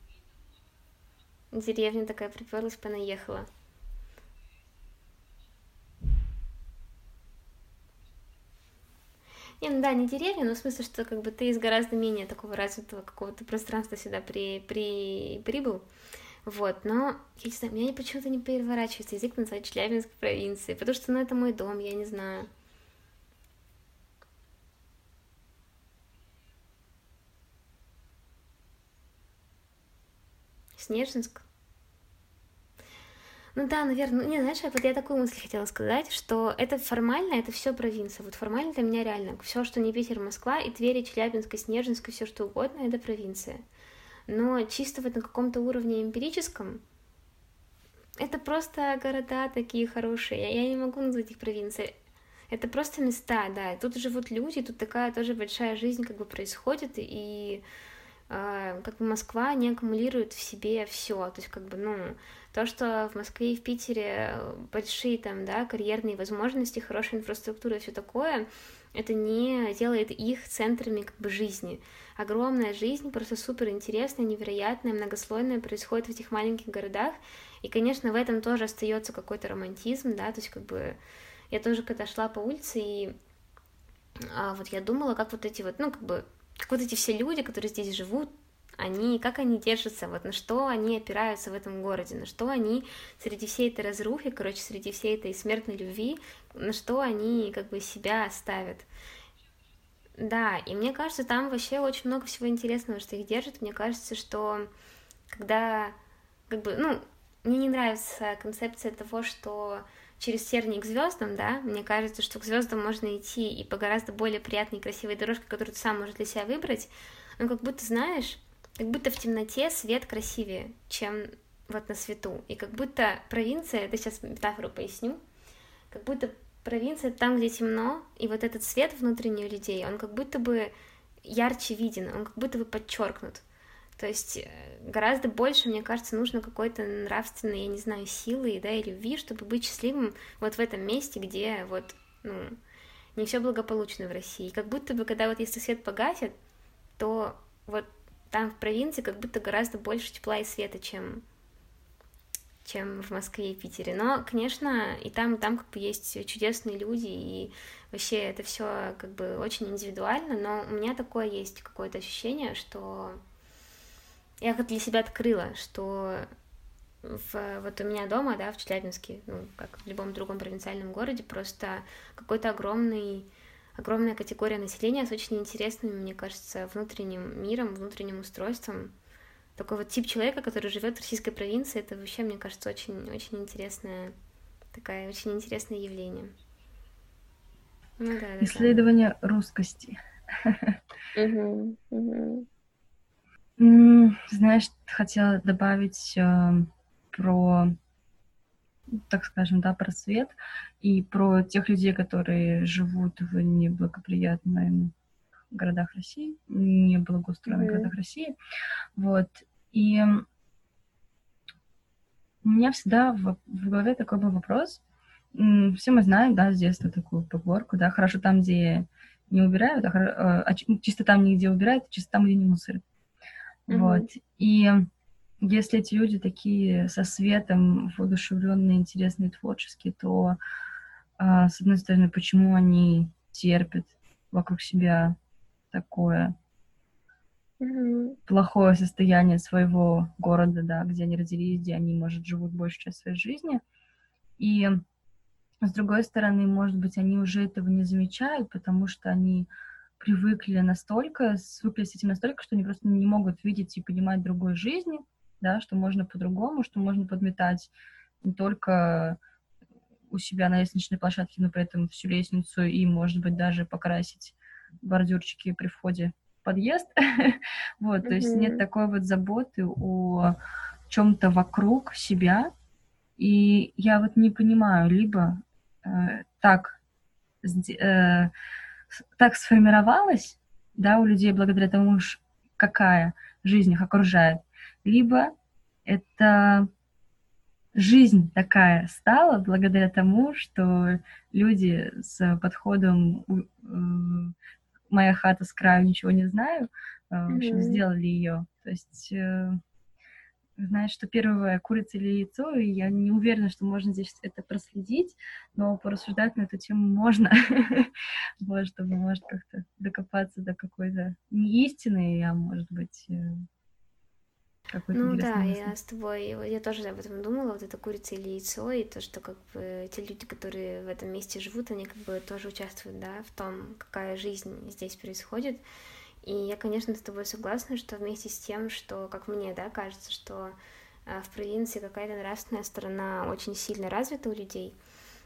деревня такая приперлась, понаехала. Не, ну да, не деревня, но в смысле, что как бы ты из гораздо менее такого развитого какого-то пространства сюда прибыл, вот, но, я не знаю, у меня почему-то не переворачивается язык назвать Челябинск провинцией, потому что, ну, это мой дом, я не знаю. Снежинск. Ну да, наверное, не, знаешь, вот я такую мысль хотела сказать, что это формально, это все провинция. Вот формально для меня реально все, что не Питер, Москва, и Тверь, и Челябинск, и Снежинск, и все что угодно, это провинция. Но чисто вот на каком-то уровне эмпирическом, это просто города такие хорошие. Я не могу назвать их провинцией. Это просто места, да. Тут живут люди, тут такая тоже большая жизнь как бы происходит, и как бы Москва не аккумулирует в себе все. То есть, как бы, ну, то, что в Москве и в Питере большие там, да, карьерные возможности, хорошая инфраструктура и все такое, это не делает их центрами как бы жизни. Огромная жизнь, просто супер интересная, невероятная, многослойная происходит в этих маленьких городах. И, конечно, в этом тоже остается какой-то романтизм, да, то есть как бы я тоже когда шла по улице, и вот я думала, как вот эти вот, ну, как вот эти все люди, которые здесь живут, как они держатся, вот на что они опираются в этом городе, на что они среди всей этой разрухи, короче, среди всей этой смертной любви, на что они как бы себя ставят. Да, и мне кажется, там вообще очень много всего интересного, что их держит. Мне кажется, что когда, как бы, ну, мне не нравится концепция того, что через тернии к звездам, да, мне кажется, что к звездам можно идти и по гораздо более приятной и красивой дорожке, которую ты сам можешь для себя выбрать, но как будто, знаешь, как будто в темноте свет красивее, чем вот на свету, и как будто провинция, это сейчас метафору поясню, как будто провинция там, где темно, и вот этот свет внутренний у людей, он как будто бы ярче виден, он как будто бы подчеркнут. То есть гораздо больше, мне кажется, нужно какой-то нравственной, я не знаю, силы, да, и любви, чтобы быть счастливым вот в этом месте, где вот, ну, не все благополучно в России. Как будто бы, когда вот если свет погасит, то вот там в провинции как будто гораздо больше тепла и света, чем в Москве и Питере. Но, конечно, и там как бы есть чудесные люди, и вообще это все как бы очень индивидуально, но у меня такое есть какое-то ощущение, что я как для себя открыла, что вот у меня дома, да, в Челябинске, ну, как в любом другом провинциальном городе, просто какой-то огромная категория населения с очень интересным, мне кажется, внутренним миром, внутренним устройством. Такой вот тип человека, который живет в российской провинции, это вообще, мне кажется, очень интересное, очень интересное явление. Ну да. Исследование русскости. Знаешь, хотела добавить про, так скажем, да, про свет и про тех людей, которые живут в неблагоприятных городах России, неблагоустроенных городах России. Вот. И у меня всегда в голове такой был вопрос. Все мы знаем, да, с детства такую поговорку, да, хорошо там, где не убирают, чисто там, где убирают, чисто там, где не мусорят. Вот. И если эти люди такие со светом, воодушевленные, интересные, творческие, то, с одной стороны, почему они терпят вокруг себя такое плохое состояние своего города, да, где они родились, где они, может, живут большую часть своей жизни. И, с другой стороны, может быть, они уже этого не замечают, потому что они привыкли с этим настолько, что они просто не могут видеть и понимать другой жизни, да, что можно по-другому, что можно подметать не только у себя на лестничной площадке, но при этом всю лестницу и, может быть, даже покрасить бордюрчики при входе в подъезд. Вот, то есть нет такой вот заботы о чем-то вокруг себя. И я вот не понимаю, либо так сформировалось, да, у людей благодаря тому, какая жизнь их окружает, либо это жизнь такая стала благодаря тому, что люди с подходом «моя хата с краю, ничего не знаю», в общем, сделали ее. То есть, знаешь, что первое, курица или яйцо, и я не уверена, что можно здесь это проследить, но порассуждать на эту тему можно, вот, чтобы, может, как-то докопаться до какой-то не истины, а, может быть, какой-то интересной мысли. Я с тобой, я тоже об этом думала, вот это курица или яйцо, и то, что как бы те люди, которые в этом месте живут, они как бы тоже участвуют, да, в том, какая жизнь здесь происходит. И я, конечно, с тобой согласна, что вместе с тем, что, как мне, да, кажется, что в провинции какая-то нравственная сторона очень сильно развита у людей,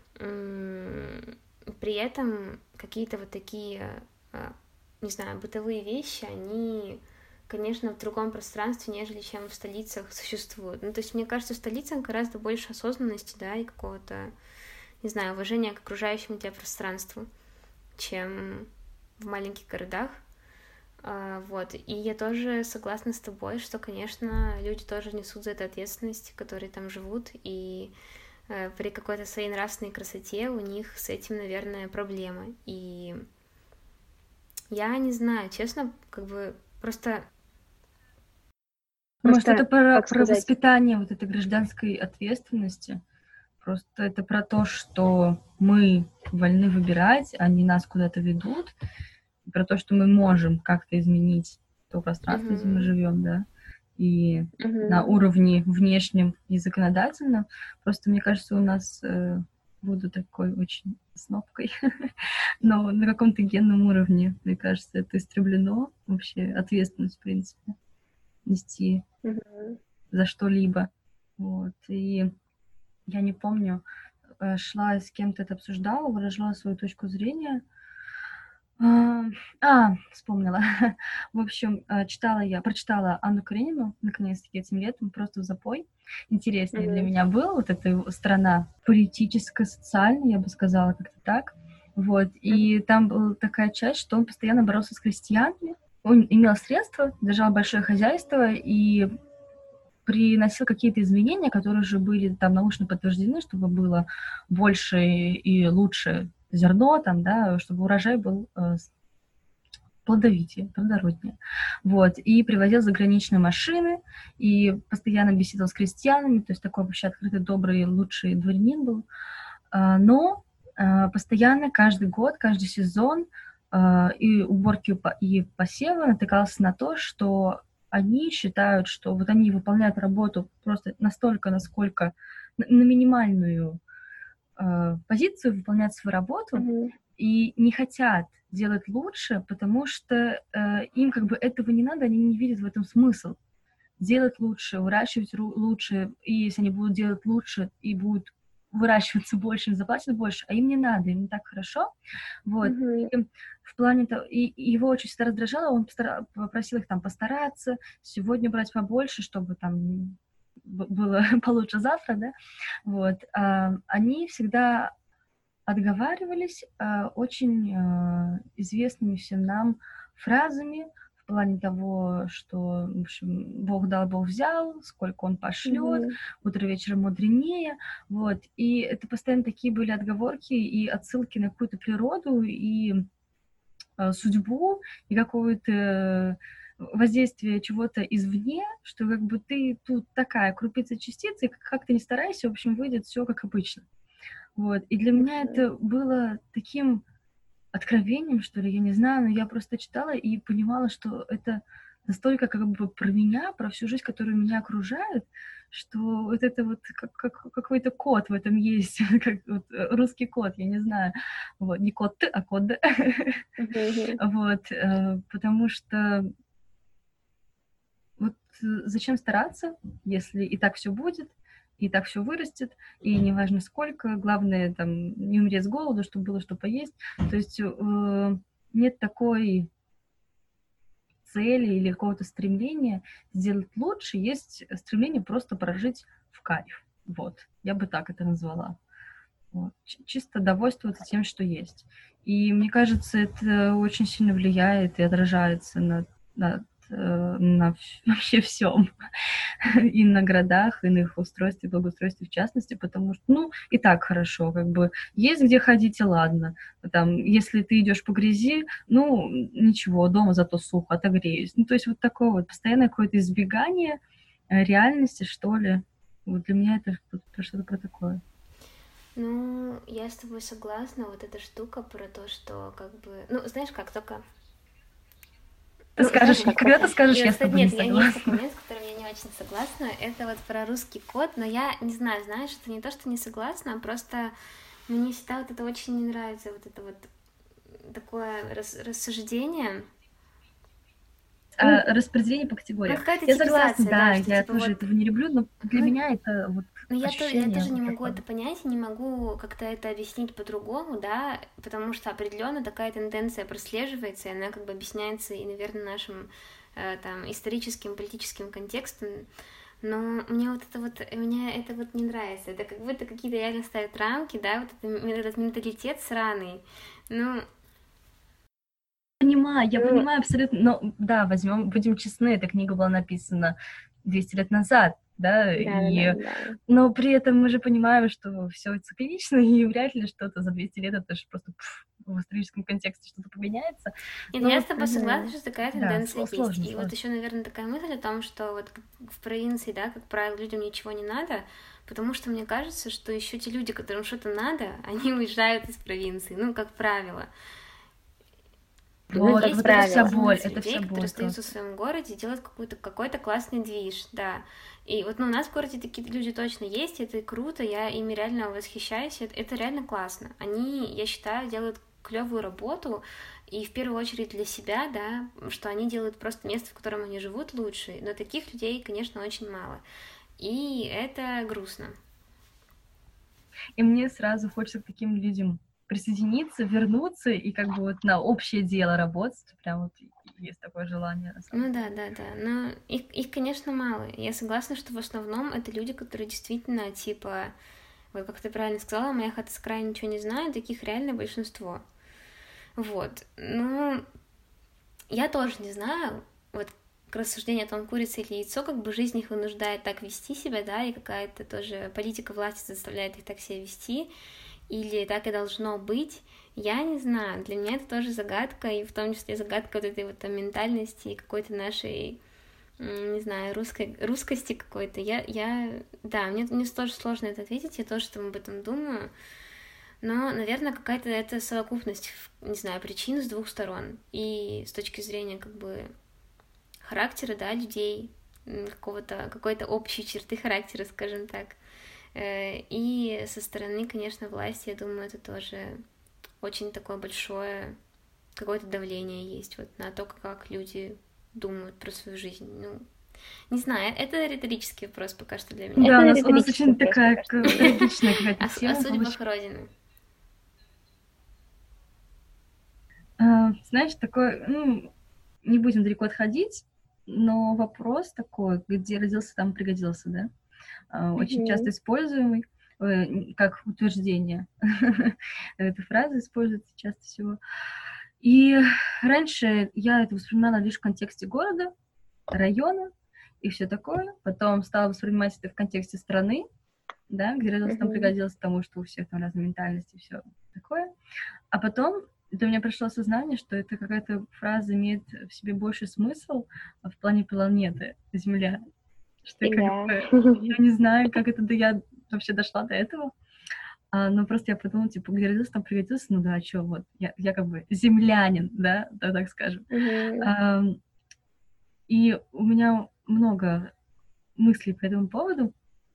при этом какие-то вот такие, не знаю, бытовые вещи, они, конечно, в другом пространстве, нежели чем в столицах существуют. Ну, то есть, мне кажется, в столицах гораздо больше осознанности, да, и какого-то, не знаю, уважения к окружающему тебя пространству, чем в маленьких городах. Вот, и я тоже согласна с тобой, что, конечно, люди тоже несут за это ответственность, которые там живут, и при какой-то своей нравственной красоте у них с этим, наверное, проблема. И я не знаю, честно, как бы просто... Может, это про воспитание вот этой гражданской ответственности. Просто это про то, что мы вольны выбирать, они нас куда-то ведут. И про то, что мы можем как-то изменить то пространство, где мы живем, да. И на уровне внешнем и законодательном. Просто, мне кажется, у нас буду такой очень снобкой, но на каком-то генном уровне, мне кажется, это истреблено вообще ответственность, в принципе, нести за что-либо. Вот. И я не помню, шла с кем-то это обсуждала, выражала свою точку зрения. Вспомнила. В общем, прочитала Анну Каренину, наконец-таки, этим летом, просто в запой. Интереснее для меня была вот эта страна политическая, социальная, я бы сказала, как-то так. Вот. И там была такая часть, что он постоянно боролся с крестьянами. Он имел средства, держал большое хозяйство и приносил какие-то изменения, которые уже были там научно подтверждены, чтобы было больше и лучше зерно, там, да, чтобы урожай был плодовитее, плодороднее. Вот. И привозил заграничные машины, и постоянно беседовал с крестьянами, то есть такой вообще открытый, добрый, лучший дворянин был. Но постоянно, каждый год, каждый сезон и уборки, и посевы натыкался на то, что они считают, что вот они выполняют работу просто настолько, насколько на минимальную позицию, выполняют свою работу, и не хотят делать лучше, потому что им как бы этого не надо, они не видят в этом смысл. Делать лучше, выращивать лучше, и если они будут делать лучше и будут выращиваться больше, им заплатят больше, а им не надо, им не так хорошо. Вот. И в плане того, и его очень всегда раздражало, он попросил их там постараться, сегодня брать побольше, чтобы там было получше завтра, да, вот. Они всегда отговаривались очень известными всем нам фразами в плане того, что, в общем, Бог дал, Бог взял, сколько он пошлет, утро вечером мудренее, вот. И это постоянно такие были отговорки и отсылки на какую-то природу и судьбу, и какую-то воздействие чего-то извне, что как бы ты тут такая крупица частицы, и как ты ни старайся, в общем, выйдет все как обычно. Вот. И для меня это было таким откровением, что ли, я не знаю, но я просто читала и понимала, что это настолько как бы про меня, про всю жизнь, которая меня окружает, что вот это вот как какой-то код в этом есть, как вот русский код, я не знаю. Вот. Не код ты, а код да. Вот. Потому что вот зачем стараться, если и так все будет, и так все вырастет, и неважно сколько, главное там не умереть с голоду, чтобы было что поесть. То есть нет такой цели или какого-то стремления сделать лучше, есть стремление просто прожить в кайф. Вот, я бы так это назвала. Вот. Чисто довольствоваться тем, что есть. И мне кажется, это очень сильно влияет и отражается на вообще всем. И на городах, и на их устройстве, благоустройстве в частности, потому что, ну, и так хорошо, как бы, есть где ходить, и ладно. Там, если ты идешь по грязи, ну, ничего, дома зато сухо, отогреюсь. Ну, то есть вот такое вот постоянное какое-то избегание реальности, что ли. Вот для меня это что-то про такое. Ну, я с тобой согласна, вот эта штука про то, что как бы... Ну, знаешь как, только... Ты скажешь, когда ты скажешь, я с тобой не согласна. Нет, есть такой момент, с которым я не очень согласна, это вот про русский код, но я не знаю, знаешь, это не то, что не согласна, а просто мне всегда вот это очень не нравится, вот это вот такое рассуждение, распределение по Ну, категориям. какая-то Я согласна, типизация, да, что я типа тоже вот... этого не люблю, но для Ну, меня это вот ну, я ощущение тоже не вот могу такое. это понять, и не могу как-то это объяснить по-другому, да, потому что определенно такая тенденция прослеживается, и она как бы объясняется и, наверное, нашим там историческим, политическим контекстом, но мне это вот не нравится, это как будто какие-то реально ставят рамки, да, вот этот менталитет сраный, ну... Я понимаю абсолютно, но да, будем честны, эта книга была написана 200 лет назад, да, но при этом мы же понимаем, что все циклично, и вряд ли что-то за 200 лет, это же просто в историческом контексте что-то поменяется. Нет, я с тобой согласна, что такая тенденция есть. Сложно. И вот еще, наверное, такая мысль о том, что вот в провинции, да, как правило, людям ничего не надо, потому что мне кажется, что еще те люди, которым что-то надо, они уезжают из провинции, ну, как правило. Вот, есть это вся боль, людей, которые остаются в своем городе, делают какой-то классный движ, да. И вот у нас в городе такие люди точно есть, это круто, я ими реально восхищаюсь, это реально классно. Они, я считаю, делают клевую работу, и в первую очередь для себя, да, что они делают просто место, в котором они живут, лучше. Но таких людей, конечно, очень мало. И это грустно. И мне сразу хочется к таким людям присоединиться, вернуться и как бы вот на общее дело работать. Прям вот есть такое желание. Ну да. Но их, конечно, мало. Я согласна, что в основном это люди, которые действительно, типа, вот как ты правильно сказала, моя хата с края ничего не знаю, таких реально большинство. Вот. Ну, я тоже не знаю, вот к рассуждению о том, курица или яйцо, как бы жизнь их вынуждает так вести себя, да, и какая-то тоже политика власти заставляет их так себя вести, или так и должно быть, я не знаю, для меня это тоже загадка, и в том числе загадка вот этой вот там ментальности и какой-то нашей, не знаю, русскости какой-то. Да, мне тоже сложно это ответить, я тоже там об этом думаю, но, наверное, какая-то это совокупность, не знаю, причин с двух сторон, и с точки зрения как бы характера, да, людей, какой-то общей черты характера, скажем так. И со стороны, конечно, власти, я думаю, это тоже очень такое большое какое-то давление есть вот на то, как люди думают про свою жизнь. Ну, не знаю, это риторический вопрос пока что для меня. Да, у нас очень такая логичная какая-то тема. О судьбах Родины. Знаешь, такой, не будем далеко отходить, но вопрос такой, где родился, там пригодился, да? Очень часто используемый как утверждение. Эта фраза используется часто всего. И раньше я это воспринимала лишь в контексте города, района и все такое. Потом стала воспринимать это в контексте страны, да, где родился, там пригодился, потому что у всех там разные ментальности и все такое. А потом до меня пришло осознание, что это какая-то фраза имеет в себе больший смысл в плане планеты Земля. Что я не знаю, как я вообще дошла до этого. Но просто я подумала, типа, где родился, там пригодился, ну да, что, вот, я как бы землянин, да, так скажем. И у меня много мыслей по этому поводу,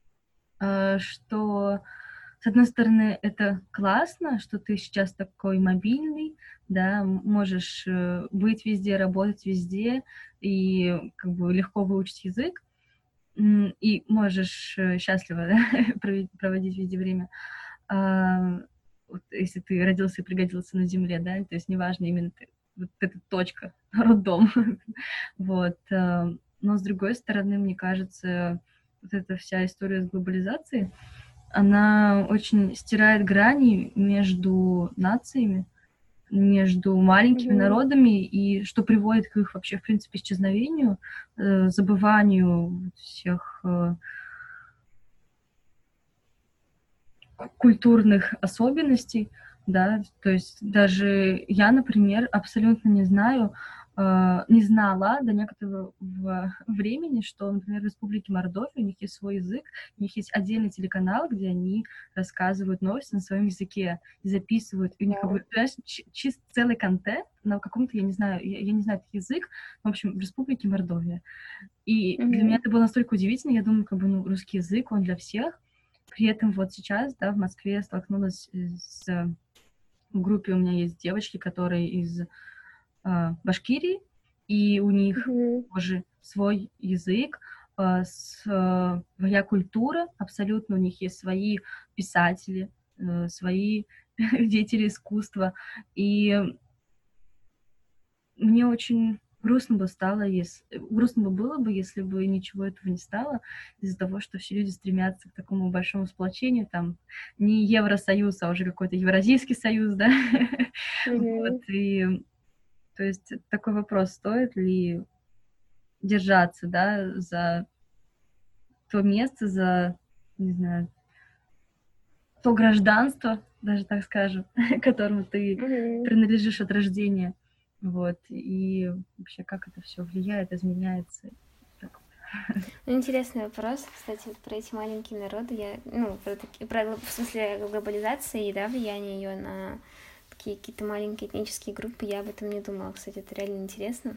что, с одной стороны, это классно, что ты сейчас такой мобильный, да, можешь быть везде, работать везде и как бы легко выучить язык, и можешь счастливо, да, проводить везде время. Вот, если ты родился и пригодился на земле, да, то есть неважно именно вот эта точка, роддом. Вот. Но, с другой стороны, мне кажется, вот эта вся история с глобализацией, она очень стирает грани между нациями, между маленькими народами, и что приводит к их вообще, в принципе, исчезновению, забыванию всех культурных особенностей, да, то есть даже я, например, абсолютно не знала до некоторого времени, что, например, в Республике Мордовия у них есть свой язык, у них есть отдельный телеканал, где они рассказывают новости на своем языке и записывают, и у них, как бы, чисто целый контент на каком-то, я не знаю этот язык, в общем, в Республике Мордовия. И для меня это было настолько удивительно, я думаю, как бы, русский язык, он для всех. При этом вот сейчас, да, в Москве я столкнулась в группе у меня есть девочки, которые из Башкирии, и и у них тоже свой язык, своя культура, абсолютно у них есть свои писатели, свои деятели искусства, и мне очень грустно бы было бы, если бы ничего этого не стало, из-за того, что все люди стремятся к такому большому сплочению, там, не Евросоюз, а уже какой-то Евразийский союз, да, вот, и, то есть, такой вопрос, стоит ли держаться, да, за то место, за, не знаю, то гражданство, даже так скажем, которому ты принадлежишь от рождения. Вот, и вообще, как это все влияет, изменяется. Ну, интересный вопрос, кстати, вот про эти маленькие народы, в смысле глобализации, да, влияние ее на такие какие-то маленькие этнические группы, я об этом не думала, кстати, это реально интересно.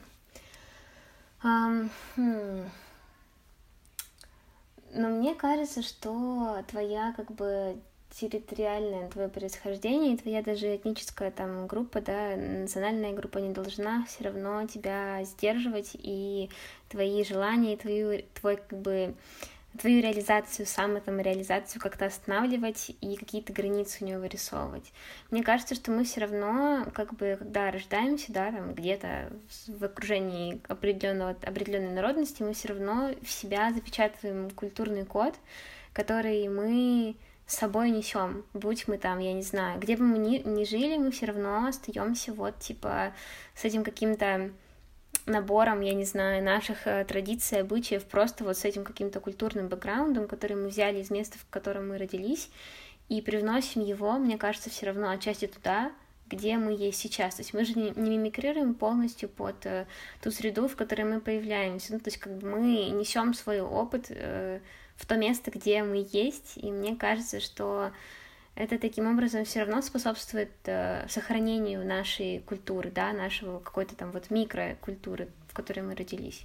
Но мне кажется, что твоя, как бы, территориальное твое происхождение и твоя даже этническая там группа, да, национальная группа не должна все равно тебя сдерживать, и твои желания, и твою реализацию, самореализацию как-то останавливать и какие-то границы у нее вырисовывать. Мне кажется, что мы все равно, как бы, когда рождаемся, да, там где-то в окружении определенной народности, мы все равно в себя запечатываем культурный код, который мы с собой несем, будь мы там, я не знаю, где бы мы ни жили, мы все равно остаемся вот, типа, с этим каким-то набором, я не знаю, наших традиций, обычаев, просто вот с этим каким-то культурным бэкграундом, который мы взяли из места, в котором мы родились, и привносим его, мне кажется, все равно отчасти туда, где мы есть сейчас. То есть мы же не мимикрируем полностью под ту среду, в которой мы появляемся. Ну, то есть как бы мы несем свой опыт в то место, где мы есть, и мне кажется, что это таким образом все равно способствует сохранению нашей культуры, да, нашего какой-то там вот микрокультуры, в которой мы родились.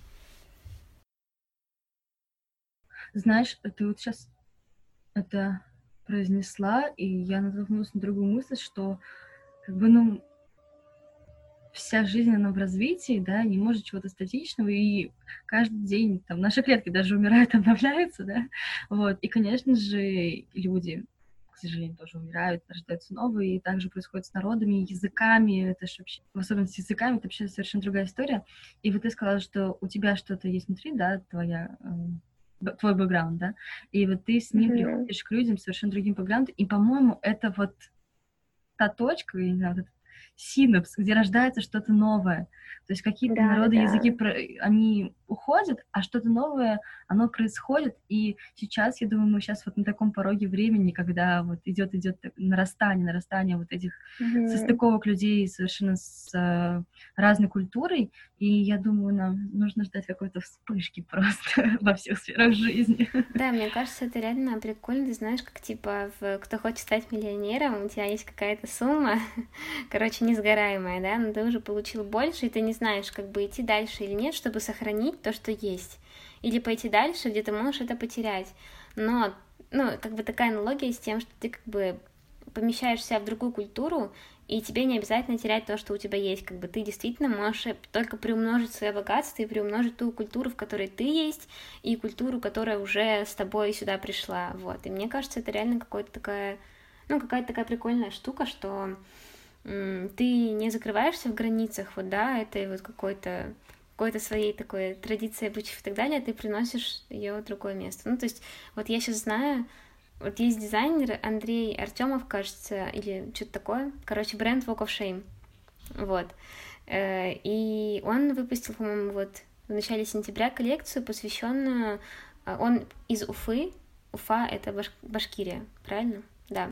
Знаешь, ты вот сейчас это произнесла, и я натолкнулась на другую мысль, что как бы, вся жизнь, она в развитии, да, не может чего-то статичного, и каждый день там наши клетки даже умирают, обновляются, да, вот, и, конечно же, люди, к сожалению, тоже умирают, рождаются новые, и также происходит с народами, языками, это же вообще, в особенности с языками, это вообще совершенно другая история, и вот ты сказала, что у тебя что-то есть внутри, да, твой бэкграунд, да, и вот ты с ним приходишь к людям совершенно другим бэкграундом, и, по-моему, это вот та точка, я не знаю, вот синапс, где рождается что-то новое. То есть какие-то народы, языки, они уходят, а что-то новое, оно происходит. И сейчас, я думаю, мы сейчас вот на таком пороге времени, когда вот идет нарастание вот этих состыковок людей совершенно с разной культурой. И я думаю, нам нужно ждать какой-то вспышки просто во всех сферах жизни. Да, мне кажется, это реально прикольно. Ты знаешь, как типа «Кто хочет стать миллионером», у тебя есть какая-то сумма, короче, несгораемая, да, но ты уже получил больше, и ты не знаешь, как бы идти дальше или нет, чтобы сохранить то, что есть. Или пойти дальше, где ты можешь это потерять. Но, как бы такая аналогия с тем, что ты как бы помещаешь себя в другую культуру, и тебе не обязательно терять то, что у тебя есть. Как бы ты действительно можешь только приумножить свое богатство и приумножить ту культуру, в которой ты есть, и культуру, которая уже с тобой сюда пришла. Вот. И мне кажется, это реально какая-то такая прикольная штука, что ты не закрываешься в границах, вот, да, этой вот какой-то своей такой традиции, обычаев и так далее, ты приносишь ее в другое место. Ну, то есть, вот я сейчас знаю, вот есть дизайнер Андрей Артемов, кажется, или что-то такое, короче, бренд Walk of Shame, вот, и он выпустил, по-моему, вот в начале сентября коллекцию, посвященную, он из Уфы, Уфа — это Башкирия, правильно? Да.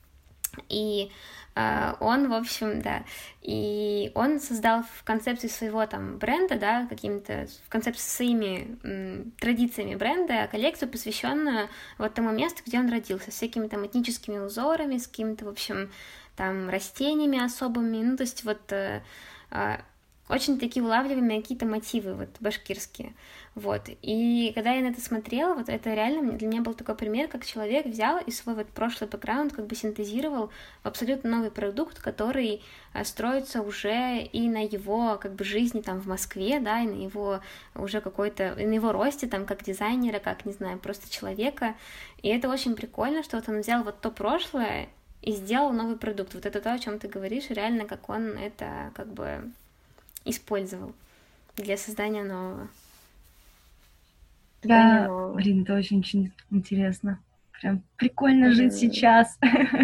И он, в общем, да, и он создал в концепции своего там бренда, да, в концепции своими традициями бренда коллекцию, посвященную вот тому месту, где он родился, с всякими там этническими узорами, с какими-то, в общем, там растениями особыми, ну, то есть вот очень такие улавливаемые какие-то мотивы вот башкирские, вот, и когда я на это смотрела, вот это реально для меня был такой пример, как человек взял и свой вот прошлый бэкграунд как бы синтезировал в абсолютно новый продукт, который строится уже и на его как бы жизни там в Москве, да, и на его уже какой-то, и на его росте там как дизайнера, как, не знаю, просто человека, и это очень прикольно, что вот он взял вот то прошлое и сделал новый продукт, вот это то, о чем ты говоришь, реально как он это как бы использовал для создания нового. Да, блин, это очень интересно. Прям прикольно жить сейчас.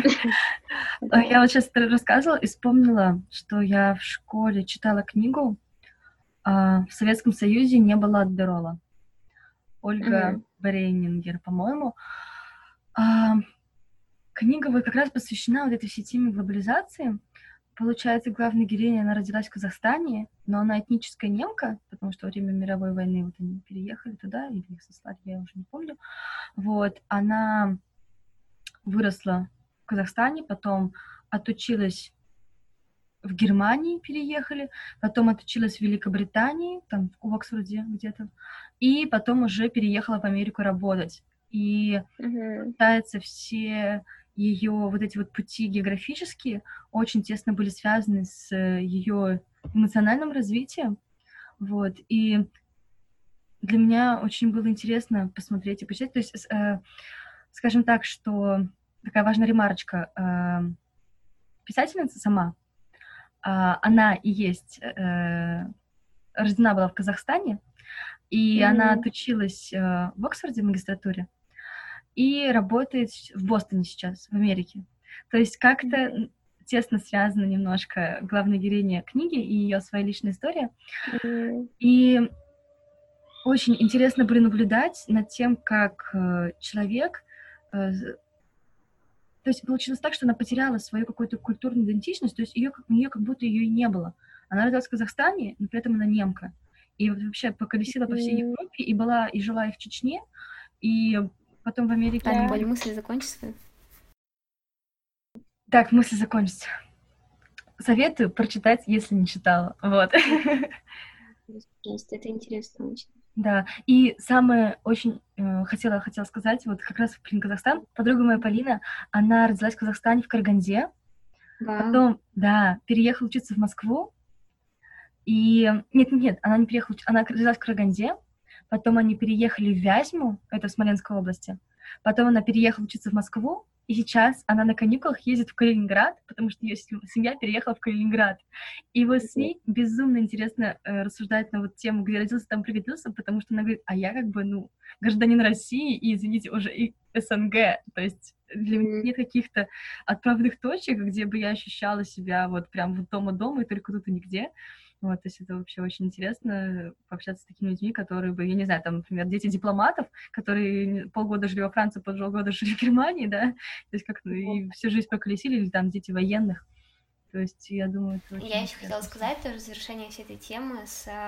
Я вот сейчас рассказывала и вспомнила, что я в школе читала книгу «В Советском Союзе не было аддерола». Ольга Брейнингер, по-моему. Книга вот как раз посвящена вот этой всей теме глобализации. Получается, главная героиня, она родилась в Казахстане, но она этническая немка, потому что во время мировой войны вот они переехали туда, или их сослали, я уже не помню. Вот, она выросла в Казахстане, потом отучилась в Германии, переехали, потом отучилась в Великобритании, там в Оксфорде где-то, и потом уже переехала в Америку работать. И пытается все ее вот эти вот пути географические очень тесно были связаны с ее эмоциональным развитием, вот, и для меня очень было интересно посмотреть и почитать, то есть, скажем так, что такая важная ремарочка, писательница сама, она и есть, рождена была в Казахстане, и она отучилась в Оксфорде в магистратуре, и работает в Бостоне сейчас, в Америке. То есть как-то тесно связана немножко главная героиня книги и ее своя личная история. И очень интересно было наблюдать над тем, как человек... То есть получилось так, что она потеряла свою какую-то культурную идентичность, то есть у нее как будто ее и не было. Она родилась в Казахстане, но при этом она немка. И вот вообще поколесила по всей Европе, и жила и в Чечне, и потом в Америке... Боль, мысли закончится? Так, мысли закончится. Советую прочитать, если не читала. Вот. Пожалуйста, это интересно очень. Да, и самое очень хотела сказать, вот как раз про Казахстан. Подруга моя Полина, она родилась в Казахстане, в Караганде. Потом, да, переехала учиться в Москву. И... Нет, она не переехала, она родилась в Караганде. Потом они переехали в Вязьму, это в Смоленской области. Потом она переехала учиться в Москву, и сейчас она на каникулах ездит в Калининград, потому что ее семья переехала в Калининград. И вот с ней безумно интересно рассуждать на вот тему, где родился, там пригодился, потому что она говорит, а я как бы, гражданин России и, извините, уже и СНГ. То есть для меня нет каких-то отправных точек, где бы я ощущала себя вот прям вот дома и только тут и нигде. Вот, то есть это вообще очень интересно пообщаться с такими людьми, которые бы, я не знаю, там, например, дети дипломатов, которые полгода жили во Франции, полгода жили в Германии, да, то есть как-то и всю жизнь проколесили, или там дети военных. То есть я думаю, это очень Я еще хотела сказать тоже в завершение всей этой темы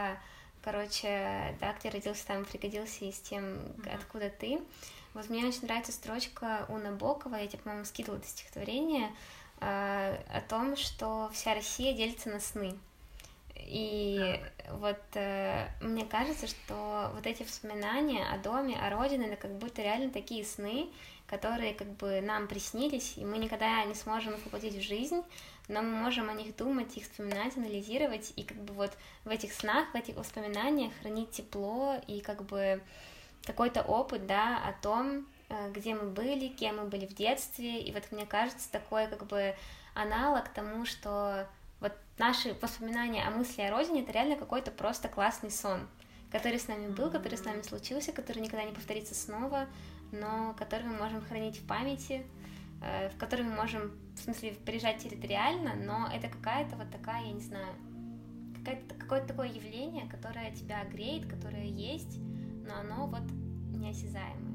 да, где родился, там пригодился, и с тем, откуда ты. Вот мне очень нравится строчка у Набокова, я тебе, по-моему, скидывала это стихотворение, о том, что вся Россия делится на сны. И вот мне кажется, что вот эти воспоминания о доме, о родине, это как будто реально такие сны, которые как бы нам приснились, и мы никогда не сможем их воплотить в жизнь, но мы можем о них думать, их вспоминать, анализировать, и как бы вот в этих снах, в этих воспоминаниях хранить тепло и как бы какой-то опыт, да, о том, где мы были, кем мы были в детстве, и вот мне кажется, такой как бы аналог тому, что вот наши воспоминания о мысли о родине — это реально какой-то просто классный сон, который с нами был, который с нами случился, который никогда не повторится снова, но который мы можем хранить в памяти, в который мы можем, в смысле, приезжать территориально, но это какая-то вот такая, я не знаю, какое-то такое явление, которое тебя греет, которое есть, но оно вот неосязаемое.